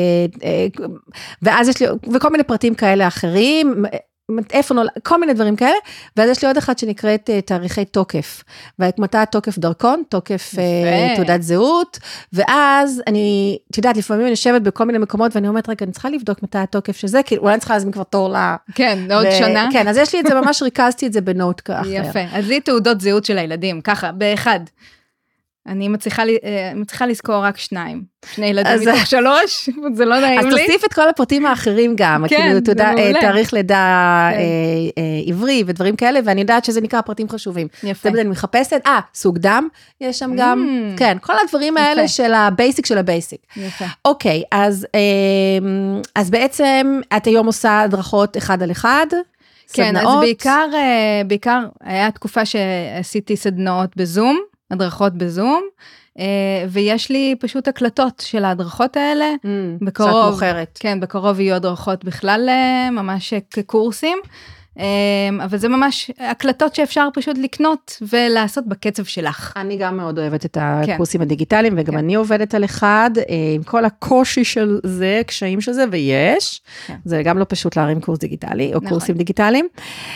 ואז יש לי, וכל מיני פרטים כאלה אחרים, איפה נולד, כל מיני דברים כאלה, ואז יש לי עוד אחד שנקראת תאריכי תוקף, ומתי תוקף דרכון, תוקף תעודת זהות, ואז אני, את יודעת, לפעמים אני יושבת בכל מיני מקומות, ואני אומרת, רגע, אני צריכה לבדוק מתי התוקף של זה, כי אולי אני צריכה להזמין כבר תור לה. כן, לעוד שנה. כן, אז יש לי את זה, ממש ריכזתי את זה בנוט אחר. יפה, אז לי תעודות זהות של הילדים, ככה, באחד. אני מצליחה, מצליחה לזכור רק שניים. שני ילדים מתוך שלוש, זה לא נעים לי. אז תוסיף את כל הפרטים האחרים גם, כן, זה מעולה. תאריך לידה עברי ודברים כאלה, ואני יודעת שזה נקרא פרטים חשובים. יפה. זה אני מחפשת, אה, סוג דם, יש שם גם, כן, כל הדברים האלה של הבייסיק של הבייסיק. יפה. אוקיי, אז בעצם את היום עושה הדרכות אחד על אחד, כן, אז בעיקר, בעיקר היה תקופה שעשיתי סדנאות בזום, הדרכות בזום, ויש לי פשוט הקלטות של ההדרכות האלה, בקרוב, שאת מוכרת. כן, בקרוב יהיו הדרכות בכלל, ממש כקורסים, אבל זה ממש הקלטות שאפשר פשוט לקנות ולעשות בקצב שלך. אני גם מאוד אוהבת את הקורסים הדיגיטליים, וגם אני עובדת על אחד, עם כל הקושי של זה, קשיים של זה, ויש. זה גם לא פשוט להרים קורס דיגיטלי, או קורסים דיגיטליים.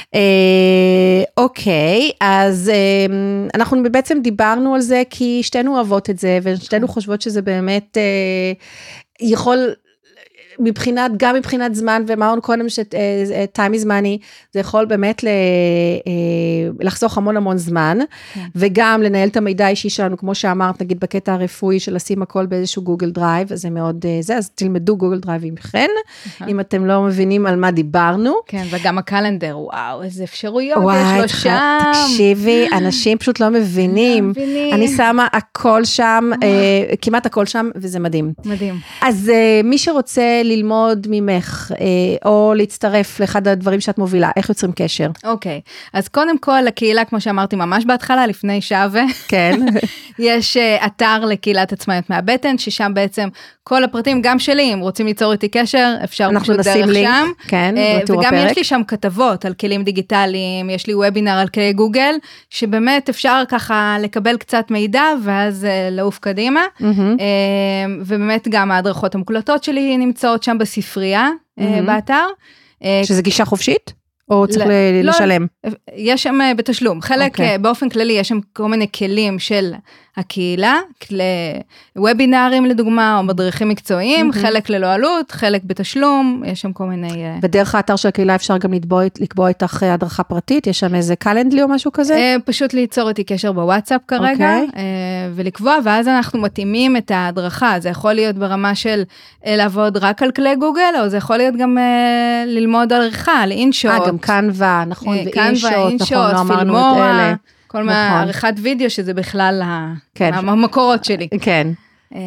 אוקיי, אז אנחנו בעצם דיברנו על זה, כי שתינו אוהבות את זה, ושתינו חושבות שזה באמת יכול... מבחינת, גם מבחינת זמן, ואמרנו קודם ש-time is money, זה יכול באמת לחסוך המון המון זמן, וגם לנהל את המידע האישי שלנו, כמו שאמרת, נגיד בקטע הרפואי, של לשים הכל באיזשהו גוגל דרייב, אז זה מאוד זה, אז תלמדו גוגל דרייב עמכן, אם אתם לא מבינים על מה דיברנו. כן, וגם הקלנדר, וואו, איזה אפשרויות יש לו שם. תקשיבי, אנשים פשוט לא מבינים. אני שמה הכל שם, כמעט הכל שם, וזה מדהים. מדהים. אז מי שרוצה ללמוד ממך, או להצטרף לאחד הדברים שאת מובילה, איך יוצרים קשר? אוקיי, אז קודם כל, לקהילה, כמו שאמרתי ממש בהתחלה, לפני שעה ו... כן. יש אתר לקהילת עצמאיות מהבטן, ששם בעצם כל הפרטים, גם שלי, אם רוצים ליצור איתי קשר, אפשר אנחנו פשוט נשים דרך לינק, שם. כן, אה, בתיאור וגם הפרק. יש לי שם כתבות על כלים דיגיטליים, יש לי וובינר על כלי גוגל, שבאמת אפשר ככה לקבל קצת מידע, ואז אה, לעוף קדימה. Mm-hmm. אה, ובאמת גם ההדרכות המוקלטות שלי נמצאות שם בספרייה, אה, Mm-hmm. באתר. אה, שזה גישה חובשית? או צריך לא, ל- לא, לשלם? יש שם אה, בתשלום, חלק אוקיי. אה, באופן כללי, יש שם כל מיני כלים של הקהילה, כלי וובינרים לדוגמה, או מדריכים מקצועיים, Mm-hmm. חלק ללא עלות, חלק בתשלום, יש שם כל מיני... אה, בדרך האתר של הקהילה אפשר גם לקבוע, לקבוע איתך הדרכה פרטית, יש שם איזה קלנדלי או משהו כזה? אה, פשוט ליצור איתי קשר בוואטסאפ כרגע, אוקיי. אה, ולקבוע, ואז אנחנו מתאימים את ההדרכה, זה יכול להיות ברמה של אה, לעבוד רק על כלי גוגל, או זה יכול להיות גם אה, ללמוד עריכה, על אינשוט. אה, גם קנווה, נכון, אה, ואינשוט, קנווה, נכון, אינשוט, לא אמרנו את פילמורה, אלה. כל נכון. מה, עריכת וידאו, שזה בכלל ה- כן. המקורות שלי. כן. אמ,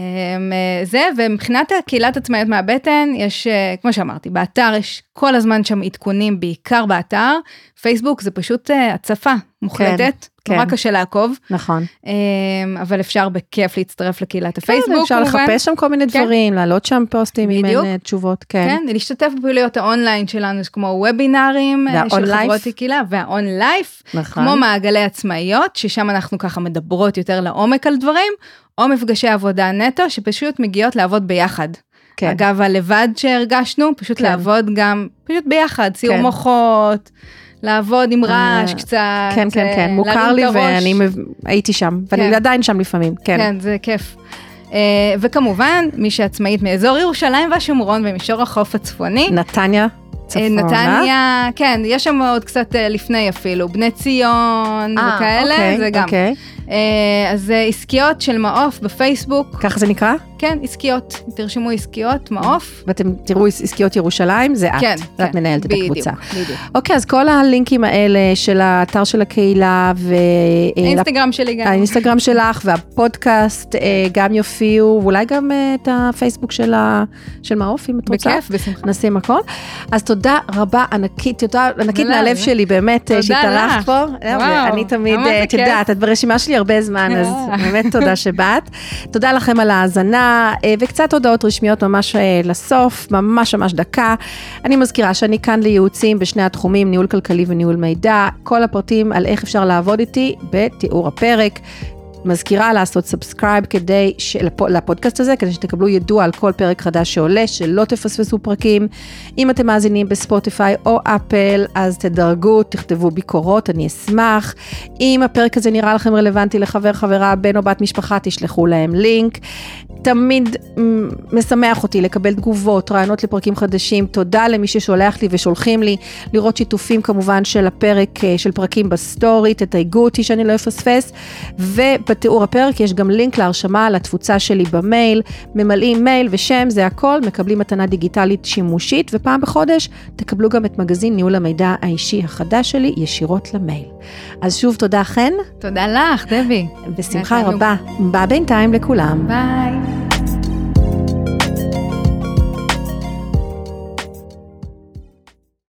זה, ומבחינת הקהילת עצמאיות מהבטן, יש, אה, כמו שאמרתי, באתר יש כל הזמן שם עדכונים, בעיקר באתר, פייסבוק זה פשוט אה, הצפה מוחלטת, כן. נורא קשה לעקוב, נכון. אמ, אבל אפשר בכיף להצטרף לקהילת הפייסבוק. כן, אפשר כמובן. לחפש שם כל מיני כן. דברים, להעלות שם פוסטים עם בדיוק. אה, תשובות, כן. כן, להשתתף בפעילויות האונליין שלנו, כמו וובינארים אה, של והאון-לייף. חברות הקהילה, והאון-לייף, נכון. כמו מעגלי עצמאיות, ששם אנחנו ככה מדברות יותר לעומק על דברים, או מפגשי עבודה נטו, שפשוט מגיעות לעבוד ביחד. כן. אגב, הלבד שהרגשנו, פשוט כן. לעבוד גם, פשוט ביחד, סיור כן. מוחות, לעבוד עם רעש אה, קצת. כן, כן, אה, כן, מוכר להרים לי את הראש. ואני מב- הייתי שם, ואני כן. עדיין שם לפעמים, כן. כן, זה כיף. אה, וכמובן, מי שעצמאית מאזור ירושלים והשומרון, במישור החוף הצפוני, נתניה, אה, צפונה. נתניה, כן, יש שם עוד קצת אה, לפני אפילו, בני ציון אה, וכאלה, אוקיי, זה גם. אוקיי. אה, אז אה, עסקיות של מעוף בפייסבוק, ככה זה נקרא? כן, עסקיות, תרשמו עסקיות, מעוף. ואתם תראו עסקיות ירושלים, זה את, כן, ואת כן, מנהלת את בדיוק, הקבוצה. בדיוק. אוקיי, אז כל הלינקים האלה של האתר של הקהילה, ו... האינסטגרם שלי גם. האינסטגרם שלך והפודקאסט אה, גם יופיעו, ואולי גם אה, את הפייסבוק של, ה... של מעוף, אם את רוצה. בכיף, בשמחה. נשים הכל. אז תודה רבה ענקית, תודה ענקית תודה, מהלב זה- שלי, באמת, תודה שהתארחת לך. פה. וואו, אני תמיד, כמה זה את יודעת, את ברשימה שלי הרבה זמן, אז אה. באמת תודה שבאת. תודה לכם על ההאזנה, אה, וקצת הודעות רשמיות ממש אה, לסוף, ממש ממש דקה. אני מזכירה שאני כאן לייעוצים בשני התחומים, ניהול כלכלי וניהול מידע. כל הפרטים על איך אפשר לעבוד איתי בתיאור הפרק. מזכירה לעשות סאבסקרייב כדי, לפ... לפודקאסט הזה, כדי שתקבלו ידוע על כל פרק חדש שעולה, שלא תפספסו פרקים. אם אתם מאזינים בספוטיפיי או אפל, אז תדרגו, תכתבו ביקורות, אני אשמח. אם הפרק הזה נראה לכם רלוונטי לחבר, חברה, בן או בת משפחה, תשלחו להם לינק. תמיד משמח אותי לקבל תגובות, רעיונות לפרקים חדשים. תודה למי ששולח לי ושולחים לי, לראות שיתופים כמובן של הפרק, של פרקים בסטורי, תתייגו אותי שאני לא אפספס, ובתיאור הפרק יש גם לינק להרשמה לתפוצה שלי במייל, ממלאים מייל ושם, זה הכל, מקבלים מתנה דיגיטלית שימושית, ופעם בחודש תקבלו גם את מגזין ניהול המידע האישי החדש שלי, ישירות למייל. אז שוב תודה חן. תודה לך, דבי. בשמחה רבה. ביי בינתיים לכולם. ביי.